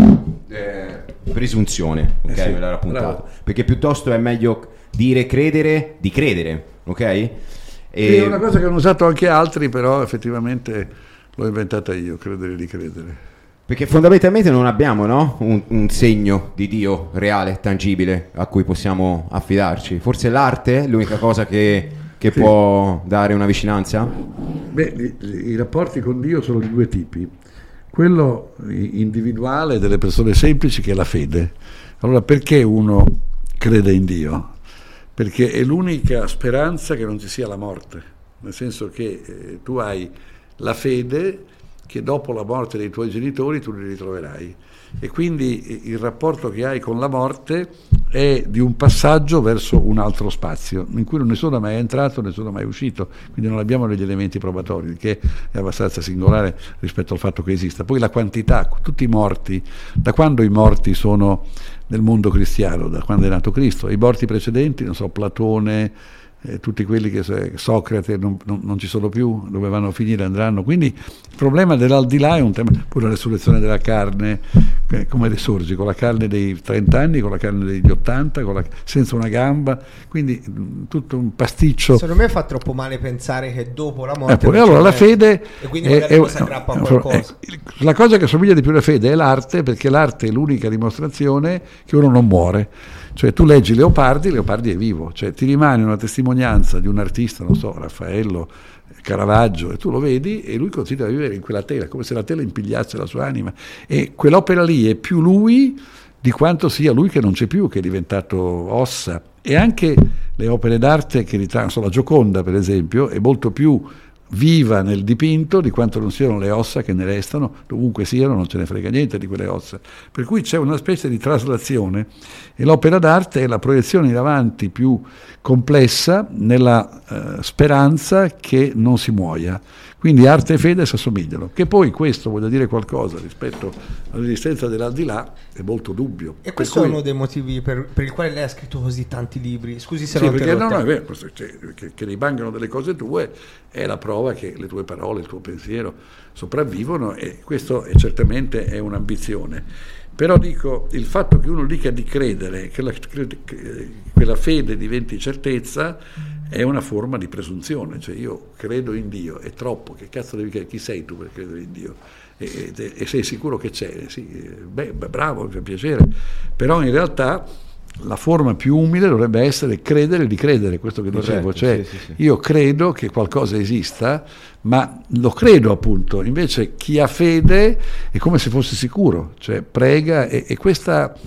eh, presunzione, ok? Eh sì, Me l'era appuntato. bravo. Perché piuttosto è meglio dire credere di credere, ok? E- Sì, è una cosa che hanno usato anche altri, però effettivamente l'ho inventata io, credere di credere. Perché fondamentalmente non abbiamo, no? un, un segno di Dio reale, tangibile, a cui possiamo affidarci. Forse l'arte è l'unica cosa che, che Sì. può dare una vicinanza? Beh, i, i rapporti con Dio sono di due tipi. Quello individuale delle persone semplici, che è la fede. Allora, perché uno crede in Dio? Perché è l'unica speranza che non ci sia la morte, nel senso che eh, tu hai la fede che dopo la morte dei tuoi genitori tu li ritroverai, e quindi il rapporto che hai con la morte è di un passaggio verso un altro spazio in cui nessuno è mai entrato, nessuno è mai uscito, quindi non abbiamo degli elementi probatori, il che è abbastanza singolare rispetto al fatto che esista. Poi la quantità, tutti i morti, da quando i morti sono nel mondo cristiano, da quando è nato Cristo, i morti precedenti, non so, Platone, eh, tutti quelli che Socrate non, non, non ci sono più, dove vanno a finire andranno. Quindi il problema dell'aldilà è un tema, pure la resurrezione della carne, eh, come risorgi con la carne dei trenta anni, con la carne degli ottanta, con la, senza una gamba, quindi mh, tutto un pasticcio. secondo me fa troppo male pensare che dopo la morte Eh, poi, non allora c'è la niente. fede e quindi è, magari è- uno si aggrappa a no, qualcosa. eh, la cosa che somiglia di più alla fede è l'arte, perché l'arte è l'unica dimostrazione che uno non muore. Cioè tu leggi Leopardi, Leopardi è vivo, cioè ti rimane una testimonianza di un artista, non so, Raffaello, Caravaggio, e tu lo vedi e lui continua a vivere in quella tela, come se la tela impigliasse la sua anima, e quell'opera lì è più lui di quanto sia lui che non c'è più, che è diventato ossa. E anche le opere d'arte che ritranno, la Gioconda per esempio, è molto più viva nel dipinto di quanto non siano le ossa che ne restano, dovunque siano non ce ne frega niente di quelle ossa, per cui c'è una specie di traslazione, e l'opera d'arte è la proiezione in avanti più complessa nella eh, speranza che non si muoia. Quindi arte e fede si assomigliano, che poi questo voglia dire qualcosa rispetto all'esistenza dell'aldilà è molto dubbio. E questo Per è cui- uno dei motivi per, per il quale lei ha scritto così tanti libri. Scusi se Sì, non perché no, no, è interrotto. vero, questo- cioè, che, che rimangano delle cose tue è la prova che le tue parole, il tuo pensiero sopravvivono, e questo è certamente è un'ambizione. Però dico, il fatto che uno dica di credere, che la, che quella fede diventi certezza, è una forma di presunzione. Cioè io credo in Dio, è troppo, che cazzo devi credere? Chi sei tu per credere in Dio? E, e, e sei sicuro che c'è? Sì, beh, bravo, fa piacere, però in realtà la forma più umile dovrebbe essere credere di credere, questo che dicevo, Corretto, cioè sì, sì, sì. io credo che qualcosa esista, ma lo credo appunto. Invece chi ha fede è come se fosse sicuro, cioè prega, e, e questa,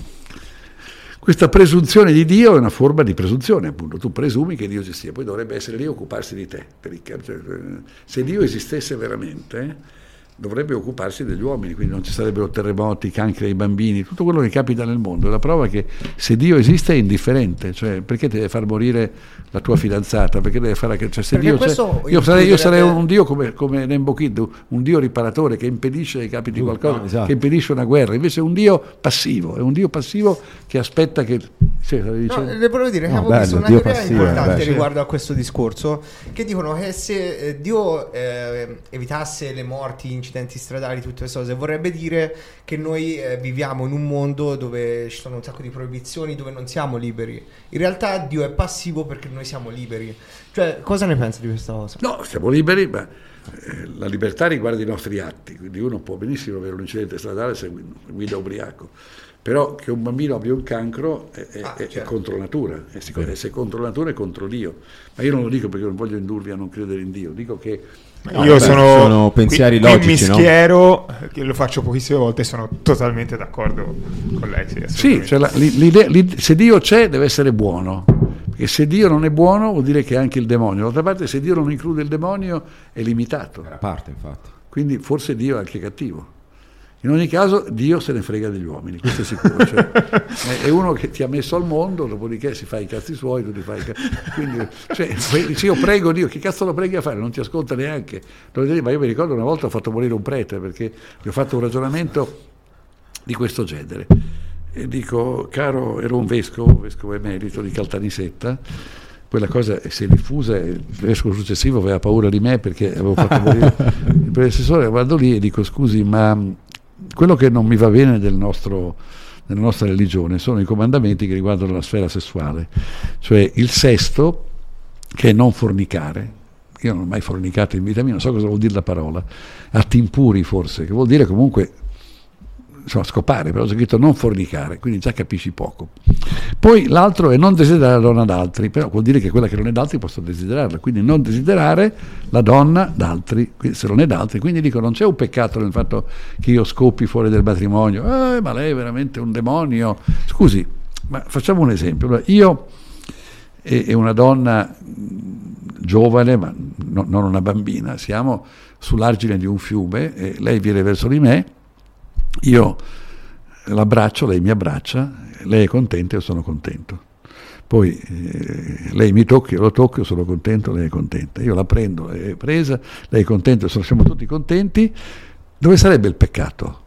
questa presunzione di Dio è una forma di presunzione, appunto. Tu presumi che Dio ci sia, poi dovrebbe essere lì a occuparsi di te. Per il, cioè, se Dio esistesse veramente, dovrebbe occuparsi degli uomini, quindi non ci sarebbero terremoti, cancri ai bambini, tutto quello che capita nel mondo. È la prova che se Dio esiste è indifferente, cioè perché ti deve far morire la tua fidanzata, perché deve fare che, cioè, se Perché Dio c'è, questo io sarei, io sarei includerebbe- un Dio come, come Nembo Kid, un Dio riparatore che impedisce che capiti Uh, qualcosa, no, esatto. che impedisce una guerra. Invece è un Dio passivo, è un Dio passivo che aspetta che sì, stavi No, dicendo? le volevo dire che No, avevo bello, visto una Dio teoria passivo, importante beh, sì. riguardo a questo discorso, che dicono che se eh, Dio eh, evitasse le morti, incidenti stradali, tutte queste cose, vorrebbe dire che noi eh, viviamo in un mondo dove ci sono un sacco di proibizioni, dove non siamo liberi. In realtà Dio è passivo perché noi siamo liberi. Cioè, cosa ne pensi di questa cosa? No, siamo liberi, ma eh, la libertà riguarda i nostri atti, quindi uno può benissimo avere un incidente stradale se guida ubriaco, però che un bambino abbia un cancro è, è, Ah, è certo. contro natura, è, sic- se è contro natura è contro Dio. Ma io non lo dico perché non voglio indurvi a non credere in Dio, dico che No, io vabbè, sono, sono pensieri qui, logici, qui no? mi schiero, che lo faccio pochissime volte, sono totalmente d'accordo con lei. Sì, sì, assolutamente. cioè la- l'idea- l'idea- se Dio c'è deve essere buono, Perché se Dio non è buono vuol dire che è anche il demonio. D'altra parte, se Dio non include il demonio è limitato. Era parte, infatti. Quindi forse Dio è anche cattivo. In ogni caso Dio se ne frega degli uomini, questo è sicuro. Cioè, è uno che ti ha messo al mondo, dopodiché si fa i cazzi suoi, tu ti fai i cazzi. Quindi, cioè, se io prego Dio, che cazzo lo preghi a fare? Non ti ascolta neanche. Ma io mi ricordo una volta ho fatto morire un prete perché gli ho fatto un ragionamento di questo genere. E dico, caro, ero un vescovo, vescovo emerito di Caltanissetta, quella cosa si è diffusa e il vescovo successivo aveva paura di me perché avevo fatto morire il predecessore. Vado lì e dico, scusi, ma quello che non mi va bene del nostro, della nostra religione sono i comandamenti che riguardano la sfera sessuale, cioè il sesto, che è non fornicare. Io non ho mai fornicato in vita mia, non so cosa vuol dire la parola, atti impuri forse, che vuol dire comunque insomma, scopare, però c'è scritto non fornicare, quindi già capisci poco. Poi l'altro è non desiderare la donna d'altri, però vuol dire che quella che non è d'altri posso desiderarla, quindi non desiderare la donna d'altri, se non è d'altri. Quindi dico, non c'è un peccato nel fatto che io scopi fuori del matrimonio, eh, ma lei è veramente un demonio. Scusi, ma facciamo un esempio. Io e, e una donna giovane, ma no, non una bambina, siamo sull'argine di un fiume e lei viene verso di me, io l'abbraccio, lei mi abbraccia, lei è contenta, io sono contento. Poi eh, lei mi tocca, io lo tocco, io sono contento, lei è contenta. Io la prendo, lei è presa, lei è contenta, sono, siamo tutti contenti. Dove sarebbe il peccato?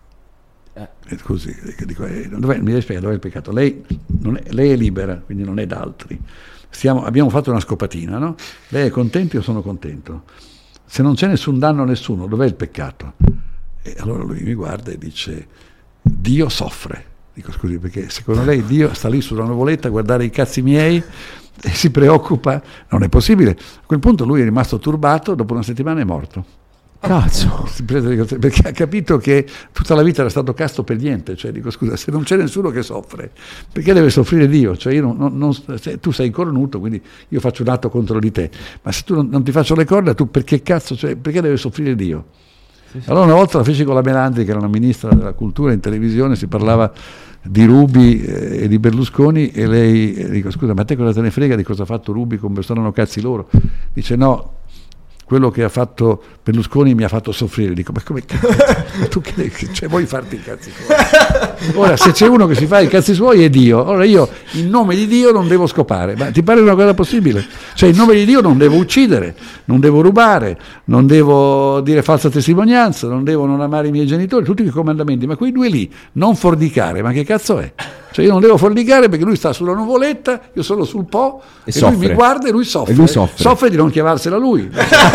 Eh. Scusi, dico, eh, dov'è, mi devi spiegare dov'è il peccato? Lei, non è, lei è libera, quindi non è d'altri. Stiamo, abbiamo fatto una scopatina, no? Lei è contenta, io sono contento. Se non c'è nessun danno a nessuno, dov'è il peccato? E allora lui mi guarda e dice, Dio soffre. Dico, scusi, perché secondo lei Dio sta lì sulla nuvoletta a guardare i cazzi miei e si preoccupa? Non è possibile. A quel punto lui è rimasto turbato, dopo una settimana è morto. Cazzo! Perché ha capito che tutta la vita era stato casto per niente. Cioè, dico, scusa, se non c'è nessuno che soffre, perché deve soffrire Dio? Cioè, io non, non, non, se tu sei cornuto, quindi io faccio un atto contro di te. Ma se tu non, non ti faccio le corna, tu perché cazzo, cioè, perché deve soffrire Dio? Sì, sì. Allora una volta la feci con la Melandri, che era una ministra della cultura, in televisione si parlava di Ruby eh, e di Berlusconi e lei eh, dico, scusa, ma te cosa te ne frega di cosa ha fatto Ruby con Berlusconi, cazzi loro? Dice no, quello che ha fatto Berlusconi mi ha fatto soffrire. Dico, ma come tu che cioè, vuoi farti i cazzi suoi? Ora se c'è uno che si fa i cazzi suoi è Dio. Ora io in nome di Dio non devo scopare, ma ti pare una cosa possibile? Cioè in nome di Dio non devo uccidere, non devo rubare, non devo dire falsa testimonianza, non devo non amare i miei genitori, tutti i comandamenti, ma quei due lì, non fornicare, ma che cazzo è? Cioè io non devo fornicare perché lui sta sulla nuvoletta, io sono sul Po e, e lui mi guarda e lui soffre. E lui soffre. soffre di non chiamarsela lui.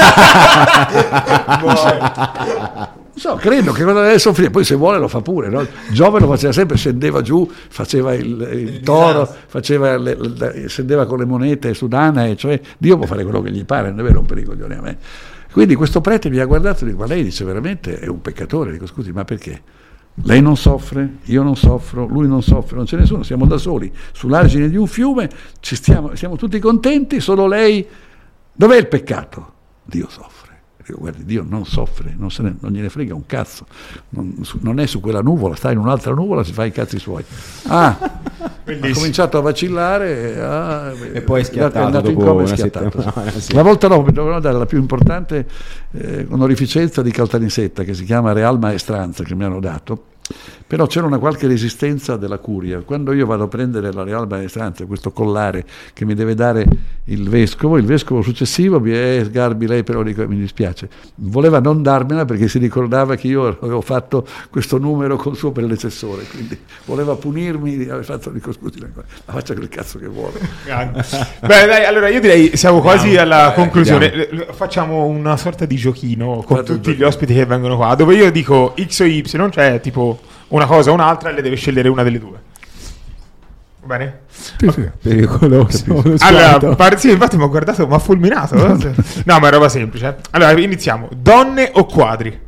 Non so, credo che cosa deve soffrire, poi se vuole lo fa pure, no? Giove lo faceva sempre, scendeva giù, faceva il, il toro, faceva le, le, scendeva con le monete su Danae, cioè Dio può fare quello che gli pare, non deve rompere i coglioni a me. Quindi questo prete mi ha guardato e dico, ma lei dice veramente è un peccatore? Dico, scusi, ma perché? Lei non soffre, io non soffro, lui non soffre, non c'è nessuno, siamo da soli sull'argine di un fiume, ci stiamo, siamo tutti contenti, solo lei. Dov'è il peccato? Dio soffre. Dico, guardi, Dio non soffre, non, se ne, non gliene frega un cazzo, non, su, non è su quella nuvola, sta in un'altra nuvola, si fa i cazzi suoi. Ah, ha cominciato a vacillare ah, e poi è schiattato, è andato dopo in coma, è schiattato. Sì. La volta dopo mi dovevano dare la più importante eh, onorificenza di Caltanissetta, che si chiama Real Maestranza, che mi hanno dato. Però c'era una qualche resistenza della curia. Quando io vado a prendere la Real Maestranza, questo collare che mi deve dare il vescovo, il vescovo successivo mi eh, Sgarbi, lei però dico, mi dispiace, voleva non darmela perché si ricordava che io avevo fatto questo numero col suo predecessore, quindi voleva punirmi di aver fatto, dico scusi, ma faccia quel cazzo che vuole. Beh dai, allora io direi siamo quasi alla eh, conclusione. Andiamo. Facciamo una sorta di giochino con Fatto tutti gli ospiti che vengono qua, dove io dico X o Y, cioè tipo una cosa o un'altra e le deve scegliere una delle due. Va bene? Sì, okay. Sì. Pericoloso. Allora, par- sì, infatti mi ho guardato, mi ha fulminato. No, ma è roba semplice. Allora, iniziamo. Donne o quadri?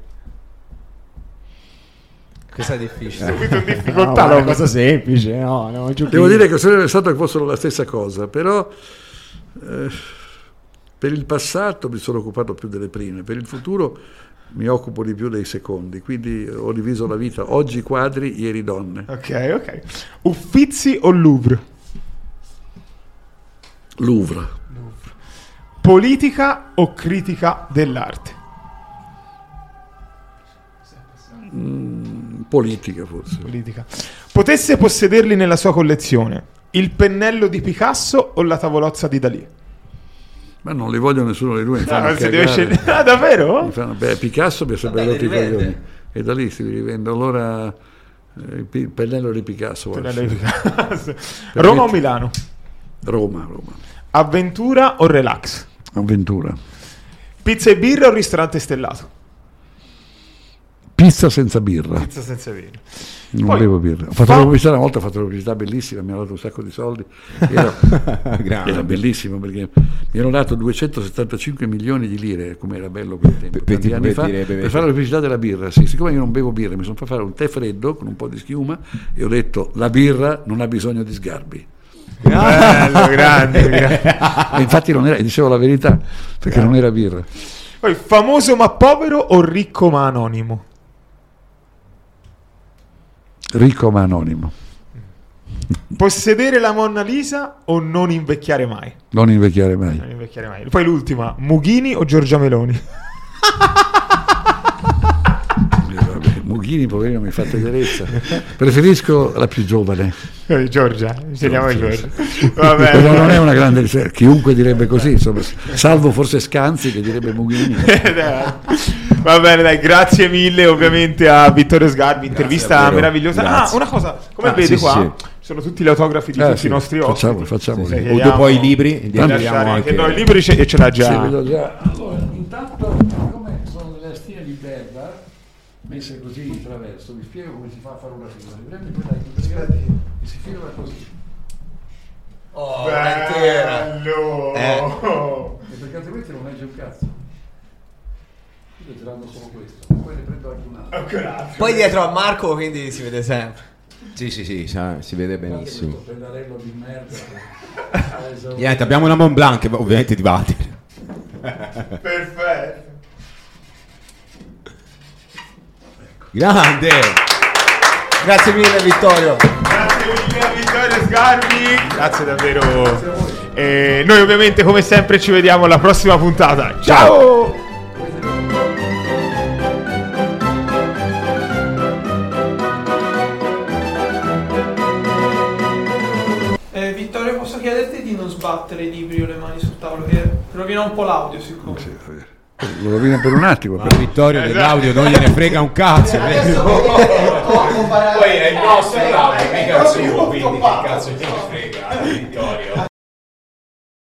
Questa è difficile. Subito in difficoltà. No, è una cosa semplice. No, no, devo dire che ho sempre pensato che fossero la stessa cosa, però eh, per il passato mi sono occupato più delle prime, per il futuro mi occupo di più dei secondi, quindi ho diviso la vita, oggi quadri, ieri donne. Ok, ok. Uffizi o Louvre? Louvre. Louvre. Politica o critica dell'arte? Mm, politica forse. Politica. Potesse possederli nella sua collezione, il pennello di Picasso o la tavolozza di Dalì? Ma non li voglio nessuno dei due, mi fanno Ah, si deve cagare. scegliere. Ah, davvero? Mi fanno- beh, Picasso mi ha sempre Vabbè, rotto i li rivende. coglioni. E da lì si li rivendo. Allora eh, il pi- pennello di Picasso. guarda, Pennello di sì. Picasso. Roma o Milano? Roma, Roma. Avventura o relax? Avventura. Pizza e birra o ristorante stellato? Pizza senza birra. Pizza senza birra. Non Poi- bevo birra. Ho fatto fa- una pubblicità una volta, ho fatto una pubblicità bellissima, mi hanno dato un sacco di soldi. Era, Grande. era bellissimo perché mi hanno dato duecentosettantacinque milioni di lire, come era bello quel tempo, Per- tanti per- anni per fa, dire, per bevete. fare la pubblicità della birra. Sì, siccome io non bevo birra, mi sono fatto fare un tè freddo con un po' di schiuma e ho detto la birra non ha bisogno di sgarbi. Bello, grande, grande. E infatti non era, dicevo la verità, perché non era birra. Poi famoso ma povero o ricco ma anonimo? Ricco ma anonimo. Possedere la Monna Lisa o non invecchiare mai? Non invecchiare mai. Non invecchiare mai. Poi l'ultima, Mughini o Giorgia Meloni? Eh, vabbè, Mughini, poverino, mi fa tenerezza. Preferisco la più giovane. Eh, Giorgia, scegliamo Giorgia, Giorgia. Va Però bene. non è una grande ricerca, chiunque direbbe così, insomma, salvo forse Scanzi che direbbe Mughini. Va bene, dai, grazie mille ovviamente a Vittorio Sgarbi, intervista davvero. meravigliosa. Grazie. Ah, una cosa, come Ah, vedi sì, qua, sì. sono tutti gli autografi di Ah, tutti sì, i nostri ospiti. facciamo, facciamo. Se Sì. O chiediamo dopo i libri di li abbiamo lasciare anche. che noi i libri ce, e ce l'ha Sì, già. vedo già. Allora, intanto, siccome sono delle astine di berra messe così in traverso, vi spiego come si fa a fare una fila. Si prende quella integrale e si fila così. Oh, intera. Bello. Eh. E perché altrimenti non legge un cazzo. Io leggeranno solo questo, poi ne prendo anche un altro. Ancora. Poi dietro a Marco, quindi si vede sempre. Sì, sì, sì, sa- si vede benissimo. Questo pendarello di merda. Niente, abbiamo una Mont Blanc, ovviamente di Vater. Perfetto. Grande! Grazie mille Vittorio. Grazie mille a Vittorio Sgarbi. Grazie davvero. E noi ovviamente come sempre ci vediamo alla prossima puntata. Ciao! Eh, Vittorio, posso chiederti di non sbattere i libri o le mani sul tavolo, che rovina un po' l'audio, siccome. Sì, lo rovina per un attimo. Ma Vittorio dell'audio non gliene frega un cazzo. Poi è il nostro l'audio, mica il suo, quindi che cazzo gliene frega Vittorio.